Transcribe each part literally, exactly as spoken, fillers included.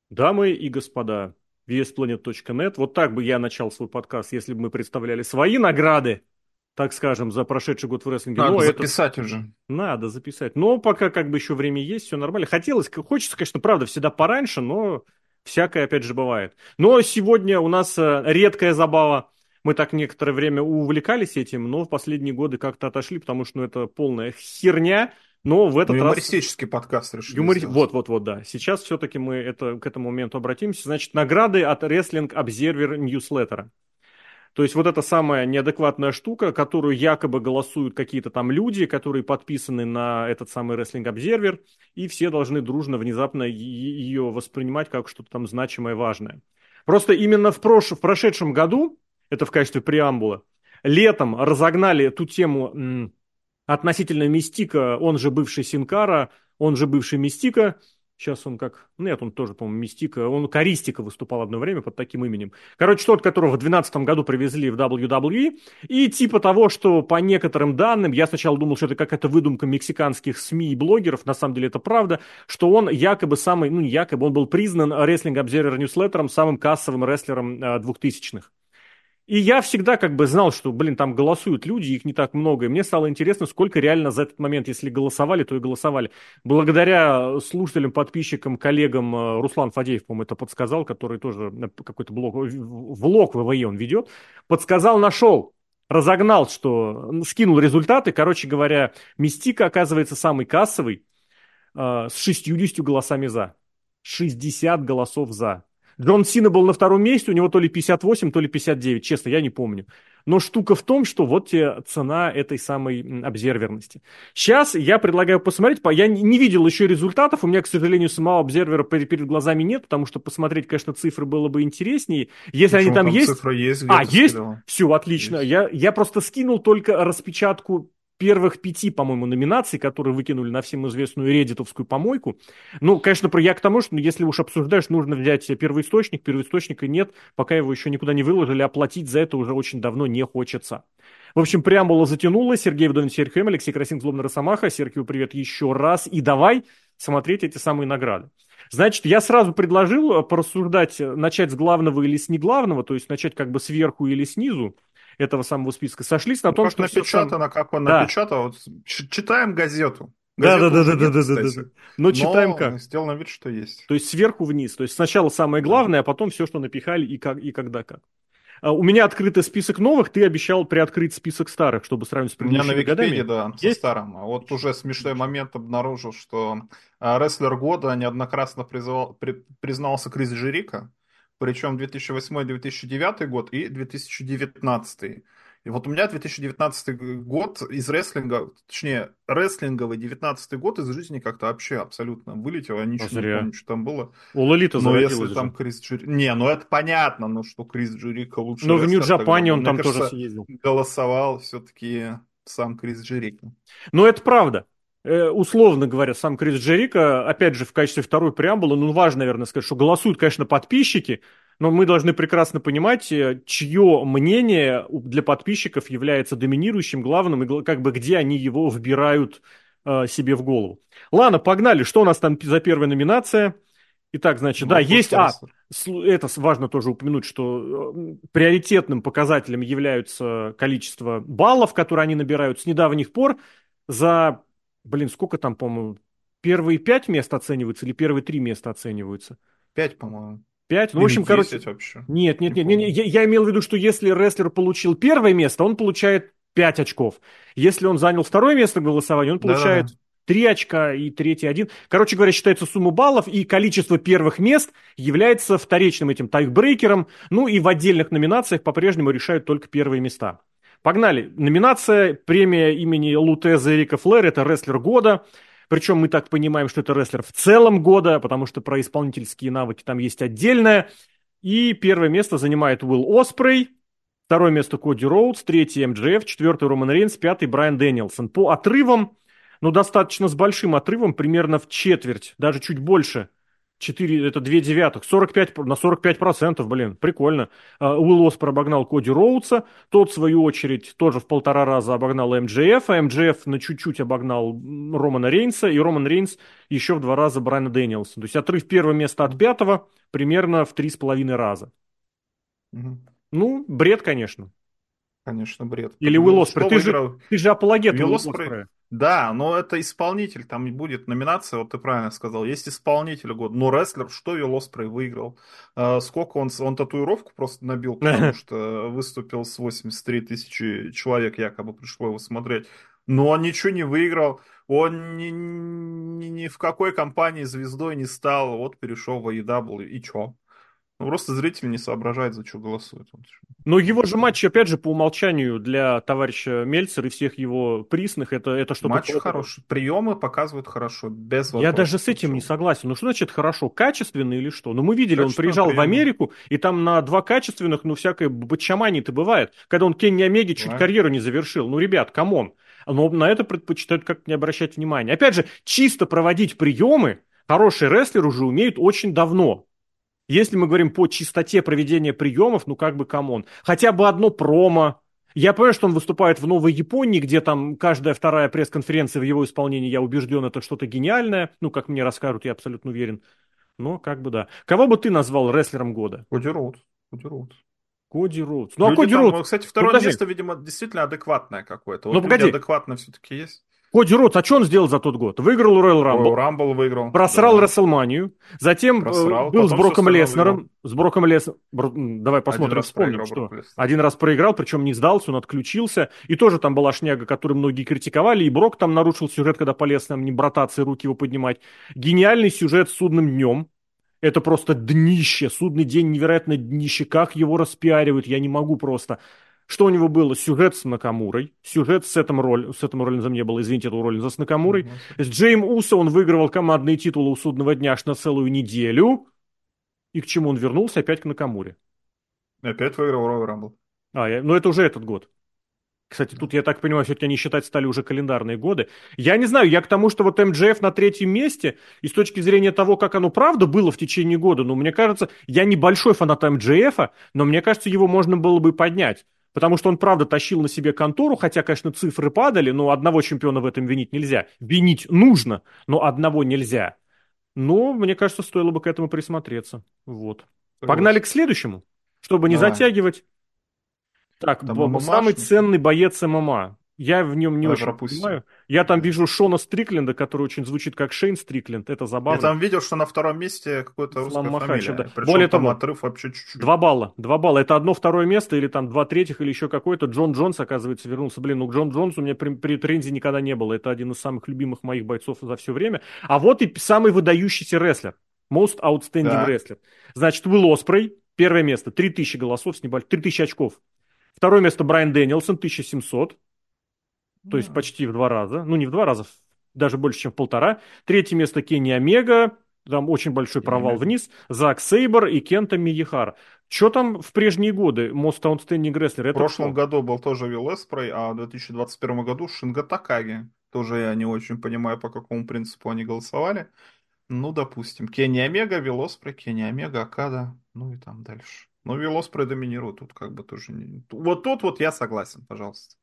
Дамы и господа, ви эс планет точка нет. Вот так бы я начал свой подкаст, если бы мы представляли свои награды, так скажем, за прошедший год в рестлинге. Надо Но этот записать уже. надо записать. Но пока как бы еще время есть, все нормально. Хотелось, хочется, конечно, правда, всегда пораньше, но всякое опять же бывает. Но сегодня у нас э, редкая забава. Мы так некоторое время увлекались этим, но в последние годы как-то отошли, потому что ну, это полная херня. Но в Ну, этот раз юмористический подкаст решили Юмори... сделать. Вот, вот, вот, да. Сейчас все-таки мы это, к этому моменту обратимся. Значит, награды от Wrestling Observer Newsletter. То есть вот эта самая неадекватная штука, которую якобы голосуют какие-то там люди, которые подписаны на этот самый Wrestling Observer, и все должны дружно, внезапно е- ее воспринимать как что-то там значимое, важное. Просто именно в, прош... в прошедшем году, это в качестве преамбула, летом разогнали ту тему м, относительно Мистика, он же бывший Синкара, он же бывший Мистика. Сейчас он как... Нет, он тоже, по-моему, Мистика. Он Каристика выступал одно время под таким именем. Короче, тот, которого в две тысячи двенадцатом году привезли в дабл ю дабл ю и. И типа того, что по некоторым данным, я сначала думал, что это какая-то выдумка мексиканских СМИ и блогеров, на самом деле это правда, что он якобы самый, ну якобы, он был признан Wrestling Observer Newsletter самым кассовым рестлером э, двухтысячных. И я всегда как бы знал, что, блин, там голосуют люди, их не так много. И мне стало интересно, сколько реально за этот момент, если голосовали, то и голосовали. Благодаря слушателям, подписчикам, коллегам, э, Руслан Фадеев, по-моему, это подсказал, который тоже э, какой-то блог, в- влог в ВВЕ он ведет, подсказал, нашел, разогнал, что м, скинул результаты. Короче говоря, Мистика оказывается самый кассовый э, с шестьюдесятью голосами за. шестьдесят голосов за. Джон Сина был на втором месте, у него то ли пятьдесят восемь, то ли пятьдесят девять, честно, я не помню. Но штука в том, что вот тебе цена этой самой м, обзерверности. Сейчас я предлагаю посмотреть, по- я не не видел еще результатов, у меня, к сожалению, самого обзервера пер- перед глазами нет, потому что посмотреть, конечно, цифры было бы интереснее. Если они Почему там там есть... цифра есть, где А, ты есть? скидывал? Все, отлично. Есть. Я, я просто скинул только распечатку первых пяти, по-моему, номинаций, которые выкинули на всем известную реддитовскую помойку. Ну, конечно, про я к тому, что ну, если уж обсуждаешь, нужно взять первоисточник. Первоисточника нет, пока его еще никуда не выложили, а платить за это уже очень давно не хочется. В общем, преамбула затянулась. Сергей Вдовин, Серхио М, Алексей Красин, Злобный Росомаха. Серхио, привет еще раз. И давай смотреть эти самые награды. Значит, я сразу предложил э, порассуждать, э, начать с главного или с неглавного, то есть начать как бы сверху или снизу этого самого списка. Сошлись на Ну, том, как что все сам... напечатано, как он Да, напечатал. Вот ч- читаем газету. да, да, Газеты да, да, уже да, нет, да, да, да, да. кстати, Но читаем но как? сделано вид, что есть. То есть сверху вниз. То есть сначала самое Да. главное, а потом все, что напихали и, как, и когда как. А, у меня открытый список новых, ты обещал приоткрыть список старых, чтобы сравнить с У меня на предыдущими Википедии, годами. да, со Есть? старым. А вот уже смешной момент обнаружил, что а, рестлер года неоднократно призывал- при- признался Крис Джерико, причем две тысячи восьмой две тысячи девятый год и две тысячи девятнадцатый. И вот у меня две тысячи девятнадцатый год из рестлинга, точнее, рестлинговый девятнадцатый год из жизни как-то вообще абсолютно вылетел. Я А ничего не зря. помню, что там было. У Лолита Но если зародилась там же. Крис Джерико... Не, ну это понятно, ну что Крис Джерико лучший Но в рестлер тогда Нью-Джапане был. он Мне там тоже кажется, съездил. голосовал все-таки сам Крис Джерико. Но это правда. Э, условно говоря, сам Крис Джерико, опять же, в качестве второй преамбулы, ну, важно, наверное, сказать, что голосуют, конечно, подписчики, но мы должны прекрасно понимать, э, чье мнение у- для подписчиков является доминирующим, главным, и гла- как бы где они его вбирают э, себе в голову. Ладно, погнали. Что у нас там за первая номинация? Итак, значит, да, Ну, есть... лучший А, рестлер. с- это с- важно тоже упомянуть, что э, приоритетным показателем являются количество баллов, которые они набирают с недавних пор за, блин, сколько там, по-моему, первые пять мест оцениваются или первые три места оцениваются? Пять, по-моему. Пять? Ну, в Или общем, короче, десять вообще. нет, нет, Не нет, не- не, помню. я, я имел в виду, что если рестлер получил первое место, он получает пять очков. Если он занял второе место в голосовании, он получает Да-да-да. три очка и третий один. Короче говоря, считается сумма баллов, и количество первых мест является вторичным этим тайбрейкером. Ну и в отдельных номинациях по-прежнему решают только первые места. Погнали. Номинация, премия имени Лутеза Эрика Флэр, это рестлер года. Причем мы так понимаем, что это рестлер в целом года, потому что про исполнительские навыки там есть отдельное. И первое место занимает Уилл Оспрей, второе место Коди Роудс, третье эм джей эф, четвертый Роман Рейнс, пятый Брайан Дэнилсон. По отрывам, ну достаточно с большим отрывом, примерно в четверть, даже чуть больше четыре, это две девятых, сорок пять, на сорок пять процентов, блин, прикольно. А, Уилл Оспрей обогнал Коди Роудса, тот, в свою очередь, тоже в полтора раза обогнал эм джей эф, а эм джей эф на чуть-чуть обогнал м, Романа Рейнса, и Роман Рейнс еще в два раза Брайана Дэниелса. То есть отрыв первого места от пятого примерно в три с половиной раза. Мгм. Ну, бред, конечно. Конечно, бред. Или Уилл Ну, Оспрей, что ты же, выиграл? ты же апологет Уилл Велоспрей. Оспрея. Да, но это исполнитель, там будет номинация, вот ты правильно сказал, есть исполнитель года. Но рестлер, что Велоспрей выиграл? А, сколько он, он татуировку просто набил, потому что выступил с восемьдесят три тысячи человек, якобы пришло его смотреть. Но он ничего не выиграл, он ни, ни, ни в какой компании звездой не стал, вот перешел в эй и дабл ю, и чё? Ну, просто зритель не соображает, за что голосует. Он, Но он его же такой. матчи, опять же, по умолчанию для товарища Мельцера и всех его присных, это, это что-то Матч топовое. хороший. Приемы показывают хорошо, без Я даже вопросов с этим не вообще. согласен. Ну что значит хорошо? Качественно или что? Ну мы видели, он Качественные приезжал в приемы. Америку, и там на два качественных, ну всякое бочамани-то бывает. Когда он Кенни Омеги чуть Бывает. карьеру не завершил. Ну, ребят, камон. Но на это предпочитают как-то не обращать внимания. Опять же, чисто проводить приемы хороший рестлер уже умеет очень давно. Если мы говорим по чистоте проведения приемов, ну как бы камон. Хотя бы одно промо. Я понимаю, что он выступает в Новой Японии, где там каждая вторая пресс-конференция в его исполнении, я убежден, это что-то гениальное. Ну, как мне расскажут, я абсолютно уверен. Но как бы да. Кого бы ты назвал рестлером года? Коди Роудс. Коди Роудс. Коди Роудс. Ну, а Люди Коди там, Роудс? э, кстати, Ну, второе подожди. место, видимо, действительно адекватное какое-то. Ну, Вот люди погоди. адекватно все-таки есть. Коди Роудс, а что он сделал за тот год? Выиграл Royal Royal Rumble. Rumble выиграл, Просрал да. Расселманию, затем э, Просрал. был с Потом все Броком остальное выиграл. Леснером, с Броком Леснером, давай Один посмотрим, раз вспомним, проиграл Брок что Леснер. один раз проиграл, причем не сдался, он отключился, и тоже там была шняга, которую многие критиковали, и Брок там нарушил сюжет, когда полез нам не брататься и руки его поднимать. Гениальный сюжет с судным днем, это просто днище, судный день невероятно днище, как его распиаривают, я не могу просто. Что у него было? Сюжет с Накамурой, сюжет с этим роль, с этим Роллинзом не было, извините, эту Роллинза с Накамурой. Мгм. С Джейм Усо он выигрывал командные титулы у судного дня аж на целую неделю. И к чему он вернулся? Опять к Накамуре. Опять выиграл Royal Rumble. А, я- ну это уже этот год. Кстати, Да. тут, я так понимаю, все-таки они считать стали уже календарные годы. Я не знаю, я к тому, что вот эм джей эф на третьем месте, и с точки зрения того, как оно правда было в течение года, ну, мне кажется, я небольшой фанат эм джей эф, но мне кажется, его можно было бы поднять. Потому что он, правда, тащил на себе контору, хотя, конечно, цифры падали, но одного чемпиона в этом винить нельзя. Винить нужно, но одного нельзя. Но, мне кажется, стоило бы к этому присмотреться. Вот. Погнали Согласен. к следующему, чтобы не Давай. затягивать. Так, Там б- самый ММАшники. ценный боец эм эм а. Я в нем не Давай очень пропустим. понимаю. Я там Да. вижу Шона Стрикленда, который очень звучит как Шейн Стрикленд. Это Я забавно. там видел, что на втором месте какая-то Ислам русская Махачев, да. фамилия. Более Причем там того, отрыв вообще чуть-чуть. два балла. Два балла. Это одно второе место или там два третьих или еще какое-то. Джон Джонс, оказывается, вернулся. Блин, ну Джон Джонс у меня при претензий никогда не было. Это один из самых любимых моих бойцов за все время. А вот и самый выдающийся рестлер. Most Outstanding Так. Wrestler. Значит, Уилл Оспрей. Первое место. три тысячи голосов с небольшим. три тысячи очков. Второе место Брайан Дэнилсон. тысяча семьсот. То есть М, почти в два раза. Ну, не в два раза, даже больше, чем в полтора. Третье место Кенни Омега. Там очень большой Я не провал имею. вниз. Зак Сейбер и Кента Мияхара. Что там в прежние годы? Most Outstanding Wrestler. В Это прошлом кто? году был тоже Вилл Эспрей, а в две тысячи двадцать первом году Шинго Такаги. Тоже я не очень понимаю, по какому принципу они голосовали. Ну, допустим, Кенни Омега, Вилл Оспрей, Кенни Омега, Окада, ну и там дальше. Но Вилл Оспрей доминирует, тут как бы тоже не... Вот тут вот я согласен, пожалуйста.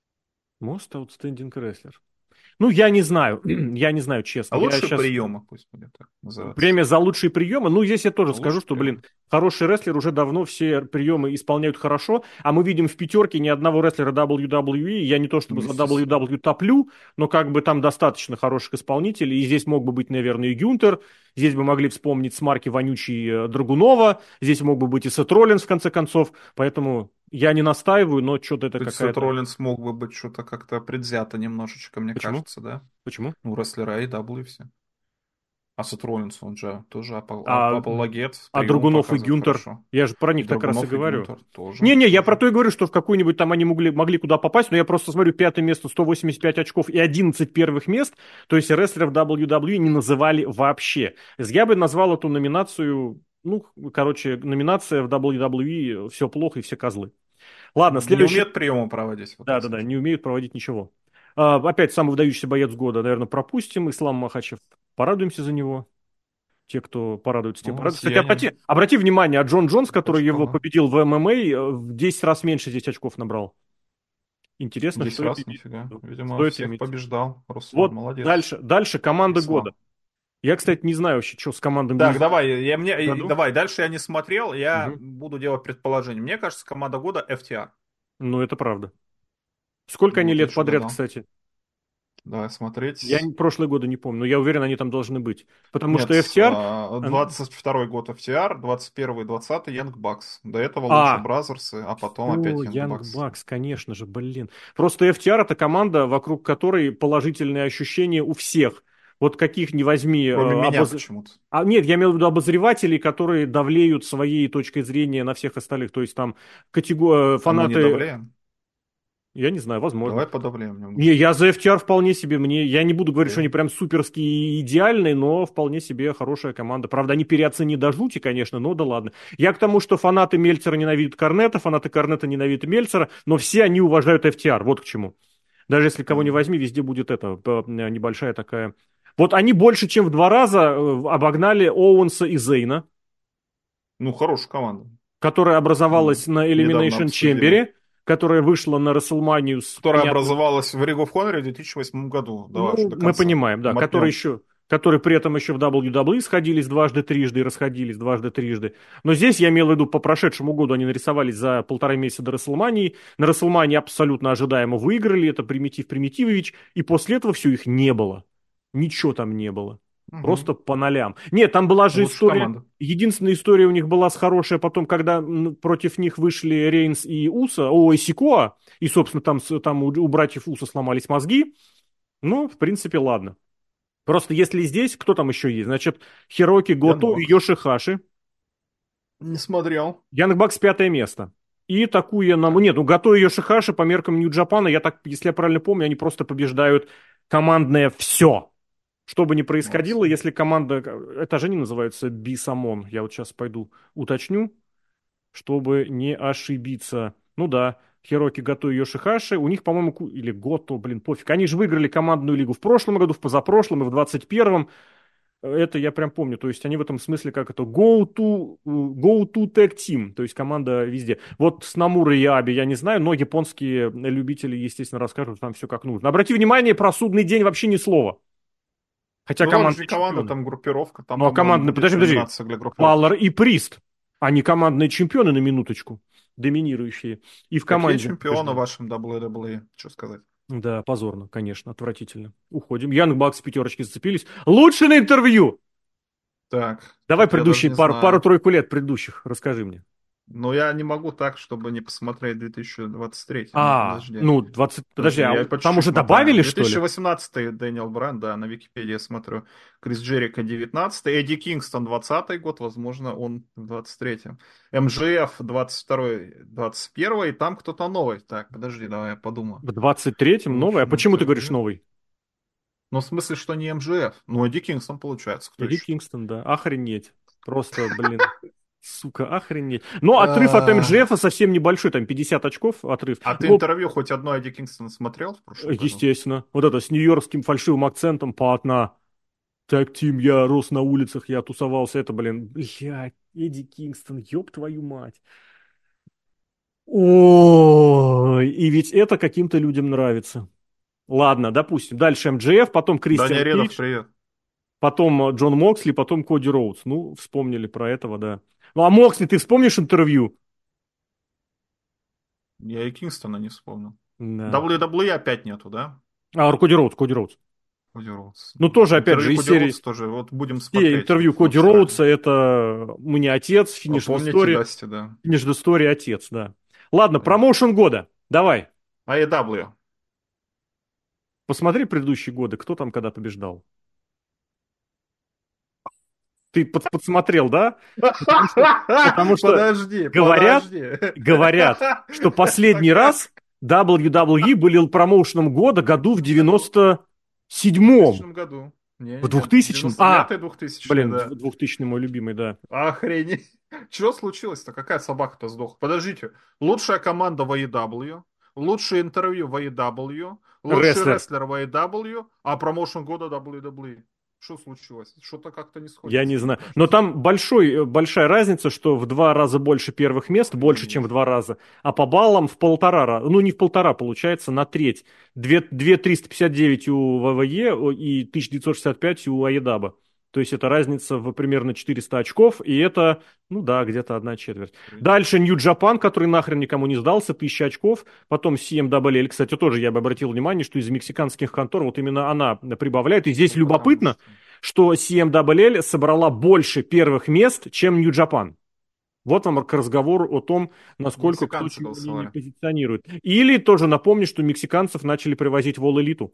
Most Outstanding Wrestler. Ну, я не знаю. Я не знаю, честно. А Я лучшие сейчас приемы, пусть будет так называться. Премия за лучшие приемы. Ну, здесь я тоже скажу, Лучшие что, блин, приемы. хороший рестлер уже давно все приемы исполняют хорошо, а мы видим в пятерке ни одного рестлера дабл ю дабл ю и. Я не то чтобы Ну, за дабл ю естественно. дабл ю топлю, но как бы там достаточно хороших исполнителей. И здесь мог бы быть, наверное, и Гюнтер. Здесь бы могли вспомнить с марки вонючий э, Драгунова. Здесь мог бы быть и Сет Роллинс, в конце концов. Поэтому я не настаиваю, но что-то это Кстати, Сет какая-то... Роллинс мог бы быть что-то как-то предвзято немножечко, мне Почему? кажется, да? Почему? Ну, рестлеры эй и дабл ю все. А Сет Роллинс, он же тоже апол- А, ап- апологет, а приемы Драгунов и показывает Гюнтер, хорошо. я же про И них так раз и Драгунов, и говорю. Гюнтер тоже, Не-не, я про тоже. то и говорю, что в какую-нибудь там они могли, могли куда попасть, но я просто смотрю пятое место, сто восемьдесят пять очков и одиннадцать первых мест, то есть рестлеров дабл ю дабл ю и не называли вообще. То есть я бы назвал эту номинацию, ну, короче, номинация в дабл ю дабл ю и «Все плохо и все козлы». Ладно, Не следующий. умеет приемы проводить, вот так Да-да-да, скажем. не умеют проводить ничего. А, опять самый выдающийся боец года, наверное, пропустим. Ислам Махачев. Порадуемся за него. Те, кто порадуется, те Ну, порадуются. Кстати, обрати, россияне обрати внимание, а Джон Джонс, который его очково. победил в эм эм а, в десять раз меньше здесь очков набрал. Интересно, Десять стоит раз, иметь в нифига. виду. Видимо, Стоит всех иметь. побеждал. Руслан, Вот молодец. дальше, дальше команда года. Весьма. Я, кстати, не знаю вообще, что с командами Так, будет давай, я мне, в и- году. давай, дальше я не смотрел, я Мгм. буду делать предположение. Мне кажется, команда года эф ти ар. Ну, это правда. Сколько они Вот я лет что подряд, гадал. кстати? Давай Я смотреть. не- прошлые годы не помню, но я уверен, они там должны быть. Потому что Нет, эф ти ар... а, он- двадцать второй год эф ти ар, двадцать первый двадцатый Young Bucks. До этого лучше А, Бразерсы, а потом о, опять Young Янг Bucks. Бакс, конечно же, блин. Просто эф ти ар это команда, вокруг которой положительные ощущения у всех. Вот каких ни возьми... э, Кроме меня обоз- почему-то. А, нет, я имею в виду обозревателей, которые давлеют своей точкой зрения на всех остальных. То есть там катего... А мы не фанаты... давляем? Я не знаю, возможно. Давай подавляем Не, немножко. я за эф ти ар вполне себе. Мне, я не буду говорить, что они Окей. прям суперские и идеальные, но вполне себе хорошая команда. Правда, они переоценены до жути, конечно, но да ладно. Я к тому, что фанаты Мельцера ненавидят Корнета, фанаты Корнета ненавидят Мельцера, но все они уважают эф ти ар. Вот к чему. Даже если кого не Мгм. возьми, везде будет это, п- небольшая такая. Вот они больше, чем в два раза э, обогнали Оуэнса и Зейна, Ну, хорошая команда. которая Мы образовалась на недавно Elimination обсудили. Chamber, которая вышла на WrestleMania с Которая понятным. образовалась в Ring of Honor в две тысячи восьмом году. Давай уж Ну, до мы конца. понимаем, да, которые Мотнем. еще, которые при этом еще в дабл ю дабл ю и сходились дважды, трижды и расходились дважды, трижды. Но здесь я имел в виду, по прошедшему году они нарисовались за полтора месяца до Расселмании. На Расселмании абсолютно ожидаемо выиграли, это Примитив Примитивович, и после этого все их не было. Ничего там не было. Мгм. Просто по нолям. Нет, там была же Лучшая история, команда. единственная история у них была с хорошая потом, когда м, против них вышли Рейнс и Уса, о, и Сикоа, и, собственно, там, с- там у, у братьев Уса сломались мозги. Ну, в принципе, ладно. Просто если здесь, кто там еще есть? Значит, Хироки Ян Гото и Бакс. Йошихаши. Не смотрел. Янг Бакс пятое место. И такую нам... Так. Нет, ну Гото и Йошихаши по меркам Нью-Джапана, я так, если я правильно помню, они просто побеждают командное все. Что бы ни происходило, Молодцы. если команда... Это же они называются Бисамон. Я вот сейчас пойду уточню, чтобы не ошибиться. Ну да, Хироки Гото и Йошихаши. У них, по-моему, ку- или Гото, блин, пофиг. Они же выиграли командную лигу в прошлом году, в позапрошлом и в двадцать первом. Это я прям помню. То есть они в этом смысле как это go to, go to tag team. То есть команда везде. Вот с Намурой и Аби я не знаю, но японские любители, естественно, расскажут там все как нужно. Обрати внимание, про судный день вообще ни слова. Хотя Ну, там же командные не команда, чемпионы. там группировка. Там, Ну а по-моему, командные, будет подожди, подожди. номинация для группировки. Баллар и Прист. Они командные чемпионы на минуточку. Доминирующие. И в Какие команде чемпионы в побеждают. вашем дабл ю дабл ю и? Что сказать? Да, позорно, конечно, отвратительно. Уходим. Янг Бакс пятерочки зацепились. Лучше на интервью! Так, Давай тут я даже предыдущие не пару, знаю. пару-тройку лет предыдущих, расскажи мне. Но я не могу так, чтобы не посмотреть две тысячи двадцать третий. Ну, А, подожди. ну, двадцать, подожди, Подожди, а я по там чуть-чуть уже мотаю. добавили, что ли? две тысячи восемнадцатый Дэниел Брyan, да, на Википедии я смотрю. Крис Джерико девятнадцатый, Эдди Кингстон двадцатый год, возможно, он в двадцать третьем. эм джей эф двадцать второй, двадцать первый, и там кто-то новый. Так, подожди, давай я подумаю. В двадцать третьем новый? А Лучший почему ты говоришь интервью. новый? Ну, в смысле, что не эм джей эф. Ну, Эдди Кингстон получается. Кто Эдди еще? Кингстон, да. Охренеть. Просто, блин, сука, охренеть. Но отрыв от А эм джи эф совсем небольшой, там пятьдесят очков отрыв. а ты Ну, интервью хоть одно Эдди Кингстона смотрел в прошлом году? естественно. Вот это с нью-йоркским фальшивым акцентом по одна. Так, Тим, я рос на улицах, я тусовался. Это, блин, блядь, Эдди Кингстон, ёб твою мать. Ой, и ведь это каким-то людям нравится. Ладно, допустим. Дальше эм джи эф, потом Даня Кристиан Редов, Кейдж, привет. потом э, Джон Моксли, потом Коди Роудс. Ну, вспомнили про этого, да. Ну, а Моксли, ты вспомнишь интервью? Я и Кингстона не вспомнил. Да. дабл ю дабл ю и опять нету, да? А, Коди Роудс, Коди Роудс. Коди Роудс. Ну, тоже, опять Интервью же, из Коди серии... Роудс тоже. Вот будем Все смотреть интервью в Коди Австралии. Роудса — это «Мы не отец», Вы «Финиш в помните истории», Дасти, да? «Финиш в истории» — отец, да. Ладно, Да. промоушен года. Давай. эй и дабл ю. Посмотри предыдущие годы, кто там когда побеждал. Ты под- подсмотрел, да? Потому что, потому что Подожди, говорят, подожди. говорят, что последний Так как? раз дабл ю дабл ю и были промоушеном года году в В году? девяносто В седьмом. двухтысячном году. В Не-не-не, двухтысячном? девяносто А, девятый двухтысячный, блин, да. двухтысячный мой любимый, да. Охренеть. Что случилось-то? Какая собака-то сдохла? Подождите. Лучшая команда в эй и дабл ю, лучшее интервью в эй и дабл ю, лучший Рестлер. рестлер в эй и дабл ю, а промоушен года дабл ю дабл ю и. Что случилось? Что-то как-то не Я не сходится, мне знаю. Но кажется. там большой, большая разница, что в два раза больше первых мест, больше, чем в Охренеть. два раза, а по баллам в полтора раза. Ну, не в полтора, получается, на треть. Две две триста пятьдесят девять у ВВЕ о, и тысяча девятьсот шестьдесят пять у Аедаба. То есть это разница в примерно четыреста очков, и это, ну да, где-то одна четверть. Охренеть. Дальше New Japan, который нахрен никому не сдался, тысяча очков. Потом си эм дабл эл, кстати, тоже я бы обратил внимание, что из мексиканских контор вот именно она прибавляет. И здесь Ну, потому любопытно, что что си эм дабл эл собрала больше первых мест, чем New Japan. Вот вам к разговору о том, насколько кто мексиканцы чего не, не голосовали. позиционирует. Или тоже напомню, что мексиканцев начали привозить в All Elite.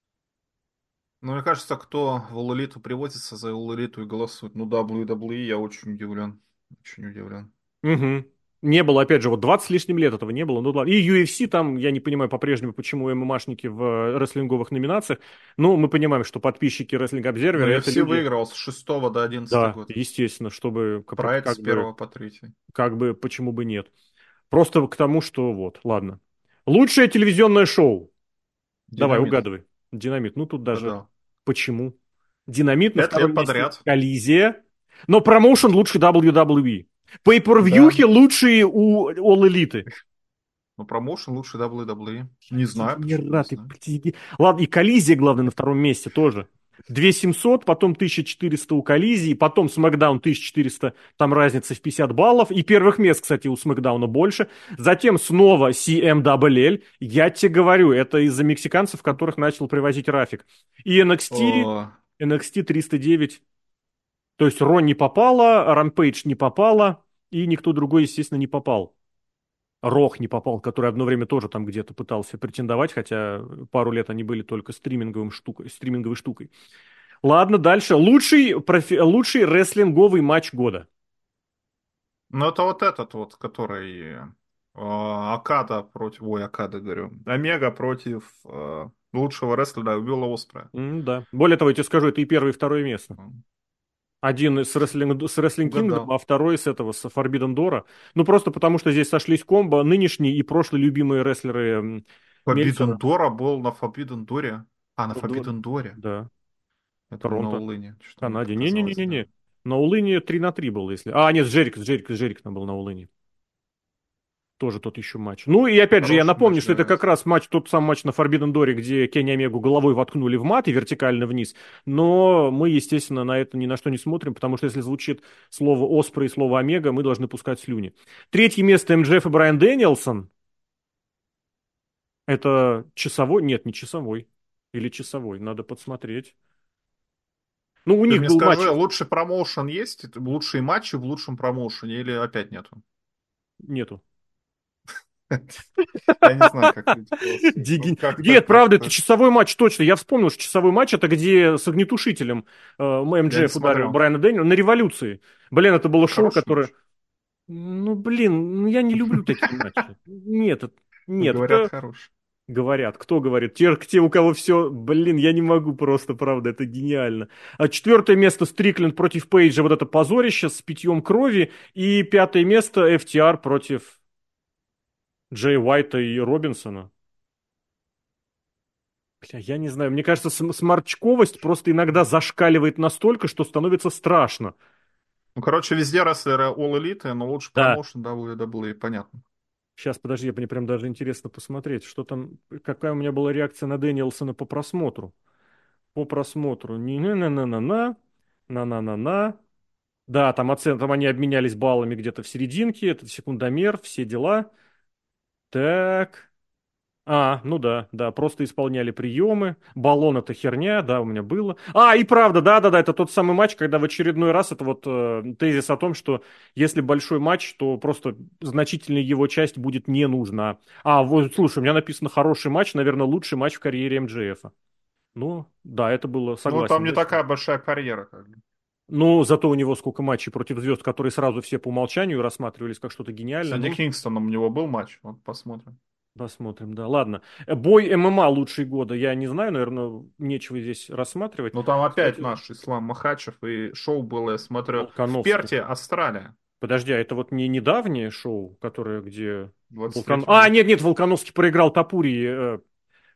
Ну, мне кажется, кто в All Elite приводится за All Elite и голосует. Ну, дабл ю дабл ю и я очень удивлен. Очень удивлен. Угу. Не было, опять же, вот двадцать с лишним лет этого не было. Ну, ладно. И ю эф си там, я не понимаю по-прежнему, почему ММАшники в э, рестлинговых номинациях. Но мы понимаем, что подписчики Wrestling Ну, Observer это ю эф си люди, выиграл с шестого до одиннадцатого да, года. естественно, чтобы как, Прайд с как бы, первого по третий. как бы, почему бы нет. Просто к тому, что вот, ладно. Лучшее телевизионное шоу. Давай, Динамит. угадывай. Динамит. Ну, тут даже Угадал. почему? Динамит на Пять втором лет месте подряд. Коллизия. Но промоушен лучше дабл ю дабл ю и. Пейпервьюхи Да. лучшие у All Elite. Но промоушен лучше дабл ю дабл ю и. Не знаю, почему не Дегенераты. знаю. деге- Ладно, и Коллизия, главное, на втором месте тоже. две тысячи семьсот, потом тысяча четыреста у Коллизии, потом Смакдаун тысяча четыреста, там разница в пятьдесят баллов. И первых мест, кстати, у Смакдауна больше. Затем снова си эм дабл эл. Я тебе говорю, это из-за мексиканцев, которых начал привозить Рафик. И эн экс ти, О, эн экс ти триста девять. То есть Рон не попала, Рампейдж не попала, и никто другой, естественно, не попал. Рох не попал, который одно время тоже там где-то пытался претендовать, хотя пару лет они были только стриминговым штукой, стриминговой штукой. Ладно, дальше. Лучший, профи... Лучший рестлинговый матч года. ну это вот этот вот, который э, Акада против... Ой, Акада, говорю. Омега против э, лучшего рестлера Уилла Оспрея. М, да. Более того, я тебе скажу, это и первое, и второе место. Один с Wrestling, с Wrestling Kingdom, Угадал. а второй с этого, с Forbidden Door. Ну, просто потому, что здесь сошлись комбо нынешние и прошлые любимые рестлеры м, Forbidden Мельцера. Door был на Forbidden Door. А, на Дор- Forbidden Door. Да, Я думал, на Торонто. Улыне. Что-то мне Канаде. показалось, да. Не-не-не-не-не. На Улыне три на три был, если... А, нет, с Джерик, с Джерик, с Джерик там был на Улыне. Тоже тот еще матч. Ну и опять же, я Хороший напомню, матч что для это как рестлера. раз матч, тот самый матч на Forbidden Door, где Кенни Омегу головой воткнули в мат и вертикально вниз. Но мы, естественно, на это ни на что не смотрим, потому что если звучит слово Оспрей и слово Омега, мы должны пускать слюни. Третье место эм джей эф и Брайан Дэнилсон. Это часовой? Нет, не часовой. Или часовой, надо подсмотреть. Ну, у Ты них мне был матч. скажи, лучший промоушен есть? Это лучшие матчи в лучшем промоушене или опять нету? Нету. Я не знаю, как люди голосуют. Ну, Диги- как-то, Нет, правда, это как-то... часовой матч, точно. Я вспомнил, что часовой матч это где с огнетушителем э, Я не эм джей эф ударил смотрел. Брайана Дэнилса на революции. Блин, это было шоу, Хороший которое... матч. Ну, блин, ну, я не люблю такие матчи. Нет, это- Ну, нет, говорят, это... хороший. Говорят, кто говорит? Те, те, у кого все... Блин, я не могу просто, правда, это гениально. А четвертое место Стрикленд против Пейджа, вот это позорище с питьем крови. И пятое место эф ти ар против Джей Уайта и Робинсона. Бля, я не знаю, мне кажется, см- сморчковость просто иногда зашкаливает настолько, что становится страшно. Ну, короче, везде рестлеры All Elite, но лучше Да. промоушен дабл ю дабл ю и, понятно. Сейчас, подожди, мне прям даже интересно посмотреть, что там, какая у меня была реакция на Дэниелсона по просмотру. По просмотру. Не-на-на-на-на, на-на-на-на. Да, там, оцен... там они обменялись баллами где-то в серединке, это секундомер, все дела. Так. А, ну да, да, просто исполняли приемы. Баллон это херня, да, у меня было. А, и правда, да-да-да, это тот самый матч, когда в очередной раз это вот э, тезис о том, что если большой матч, то просто значительная его часть будет не нужна. А, вот, слушай, у меня написано хороший матч, наверное, лучший матч в карьере эм джей эф. Ну, да, это было, Ну, там согласен, не точно. такая большая карьера, как бы. Ну, зато у него сколько матчей против звезд, которые сразу все по умолчанию рассматривались как что-то С гениальное. Эдди Ну, Кингстоном у него был матч, вот посмотрим. посмотрим, да. Ладно. Э, Бой ММА лучший года, я не знаю, наверное, нечего здесь рассматривать. Ну, там опять Кстати, наш Ислам Махачев, и шоу было, я смотрю, в Волконовский. Перте, Австралия, Подожди, а это вот не недавнее шоу, которое где... двадцать Волкон... третий А, год. нет, нет, Волконовский проиграл Тапури. э,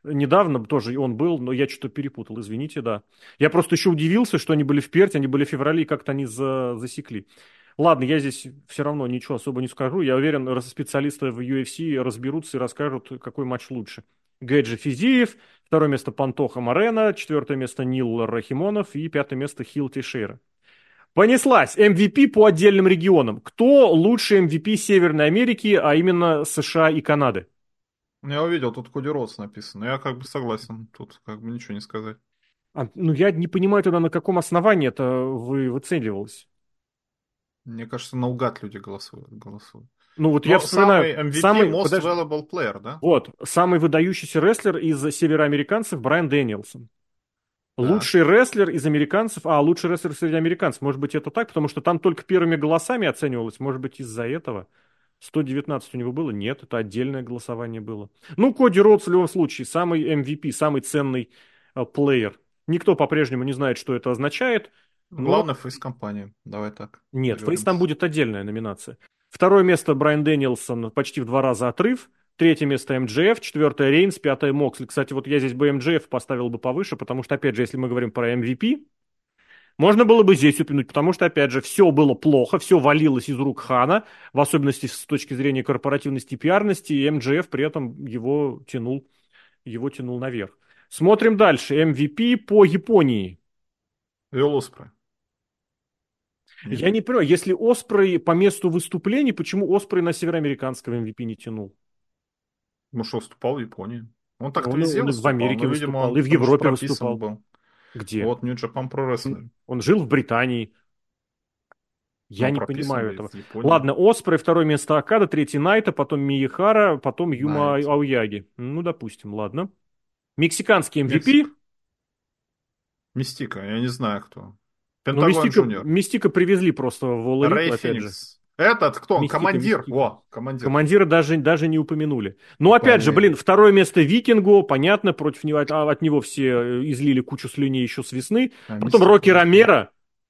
недавно тоже он был, но я что-то перепутал, извините, да. Я просто еще удивился, что они были в Перте, они были в феврале, и как-то они за- засекли. Ладно, я здесь все равно ничего особо не скажу. Я уверен, раз- специалисты в ю эф си разберутся и расскажут, какой матч лучше. Гэджи Физиев, второе место Пантоха Морена, четвертое место Нил Рахимонов и пятое место Хилл Тейшейра. Понеслась. эм ви пи по отдельным регионам. Кто лучший эм ви пи Северной Америки, а именно США и Канады? Я увидел, тут Коди Роудс написано. Я как бы согласен, тут как бы ничего не сказать. А, ну, я не понимаю тогда, на каком основании это вы выцеливалось. Мне кажется, наугад люди голосуют. голосуют. Ну, вот я Но вспоминаю, самый эм ви пи самый, Most подожди, Valuable Player, да? вот, самый выдающийся рестлер из североамериканцев Брайан Дэнилсон. Так. Лучший рестлер из американцев, а лучший рестлер среди американцев, может быть, это так, потому что там только первыми голосами оценивалось, может быть, из-за этого. сто девятнадцать у него было? Нет, это отдельное голосование было. Ну, Коди Роудс в любом случае, самый эм ви пи, самый ценный э, плеер. Никто по-прежнему не знает, что это означает, но Главный фейс компании. Давай так нет, Фейс там договоримся. будет отдельная номинация. Второе место Брайан Дэнилсон, почти в два раза отрыв. Третье место эм джей эф, четвертое Рейнс, пятое Моксли. Кстати, вот я здесь бы эм джей эф поставил бы повыше, потому что, опять же, если мы говорим про эм ви пи, можно было бы здесь упомянуть, потому что, опять же, все было плохо, все валилось из рук Хана, в особенности с точки зрения корпоративности и пиарности, и эм джей эф при этом его тянул, его тянул наверх. Смотрим дальше. эм ви пи по Японии. Вел Оспрей. Нет? Я не понимаю, если Оспрей по месту выступлений, почему Оспрей на североамериканского эм ви пи не тянул? Ну что, выступал в Японии. Он так-то Он, везде он и в выступал, Америке но, видимо, выступал, он и в там же Европе прописан выступал. был. Где? Вот New Japan Pro Он, Wrestling. он жил в Британии. Но Я он не прописан понимаю был этого. в Японии. Ладно, Оспрей, второе место Акада, третий Найта, потом Миехара, потом Юма Знаете. Ауяги. Ну, допустим, ладно. Мексиканский Мексика. эм ви пи. Мистика, я не знаю кто. Ну, Пентагон Мистика, Джуниор. Мистика привезли просто в All Elite, Рэй опять же. Феникс. Этот кто он? Мистика, Командир. Мистика. Во, командир. Командира даже, даже не упомянули. Ну, Ну, опять же, поверь. блин, второе место Викингу, понятно, против него, от, а, от него все э, излили кучу слюней еще с весны. А, Потом Мистика Рокки вышел. Ромеро.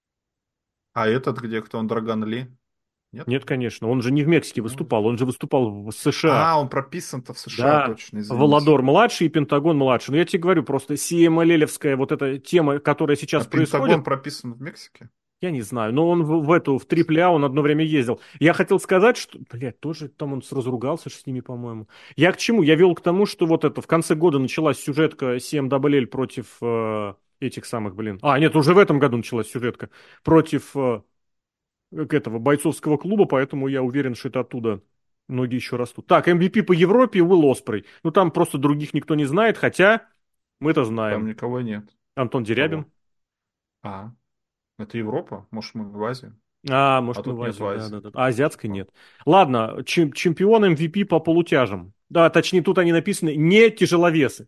А этот где? Кто он? Драган Ли? Нет? Нет, конечно, он же не в Мексике Ну, выступал, он же выступал в США. а, он прописан-то в США, Да, точно, извините. Володор младший и Пентагон младший. Но я тебе говорю, просто си эм эл-евская вот эта тема, которая А сейчас Пентагон происходит, прописан в Мексике? я не знаю, но он в, в эту, в три а он одно время ездил. Я хотел сказать, что, блядь, тоже там он с- разругался ж с ними, по-моему. Я к чему? Я вел к тому, что вот это, в конце года началась сюжетка си эм дабл эл против э, этих самых, блин. А, нет, уже в этом году началась сюжетка против э, к этого бойцовского клуба, поэтому я уверен, что это оттуда ноги еще растут. Так, эм ви пи по Европе Уилл Оспрей. Ну, там просто других никто не знает, хотя мы-то Там знаем. никого нет. Антон Дерябин. Кого? А, это Европа? Может, мы в Азии? А, А может, мы тут в нет в Азии, да, Азии. да, да. Тут А нет азиатской такого. нет. Ладно, чем- чемпион эм ви пи по полутяжам. Да, точнее, тут они написаны не тяжеловесы,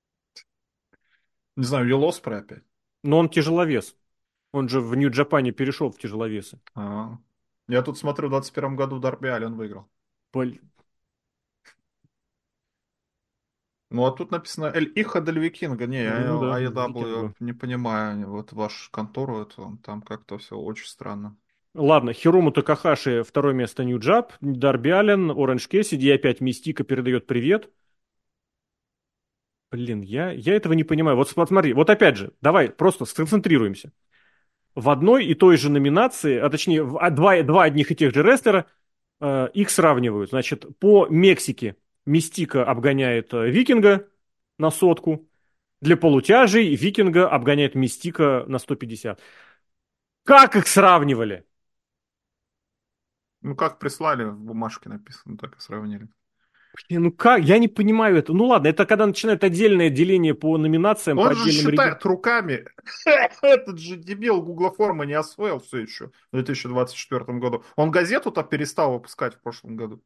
Не знаю, Вил Оспрей опять. но он тяжеловес. Он же в Нью-Джапане перешел в тяжеловесы. А. Я тут смотрю, в двадцать первом году Дарби Аллен выиграл. Бль. Ну, а тут написано Эль Иха дель Викинга. Не, Ну я да, эй и дабл ю викинга. не понимаю. Вот вашу контору, это, там как-то все очень странно. Ладно, Хирому Такахаши второе место Нью-Джап, Дарби Аллен, Оранж Кэссиди, и опять Мистика передает привет. Блин, я, я этого не понимаю. Вот смотри, вот опять же, давай просто сконцентрируемся. В одной и той же номинации, а точнее, в- а два, два одних и тех же рестлера, э, их сравнивают. Значит, по Мексике Мистика обгоняет э, Викинга на сотку. Для полутяжей Викинга обгоняет Мистика на сто пятьдесят. Как их сравнивали? Ну, как прислали, в бумажке написано, так и сравнили. Блин, ну как? Я не понимаю это. Ну ладно, это когда начинают отдельное деление по номинациям, по Он же отдельным регионам. считает руками. Этот же дебил Гугла формы не освоил все еще в две тысячи двадцать четвёртом году. Он газету-то перестал выпускать в прошлом году.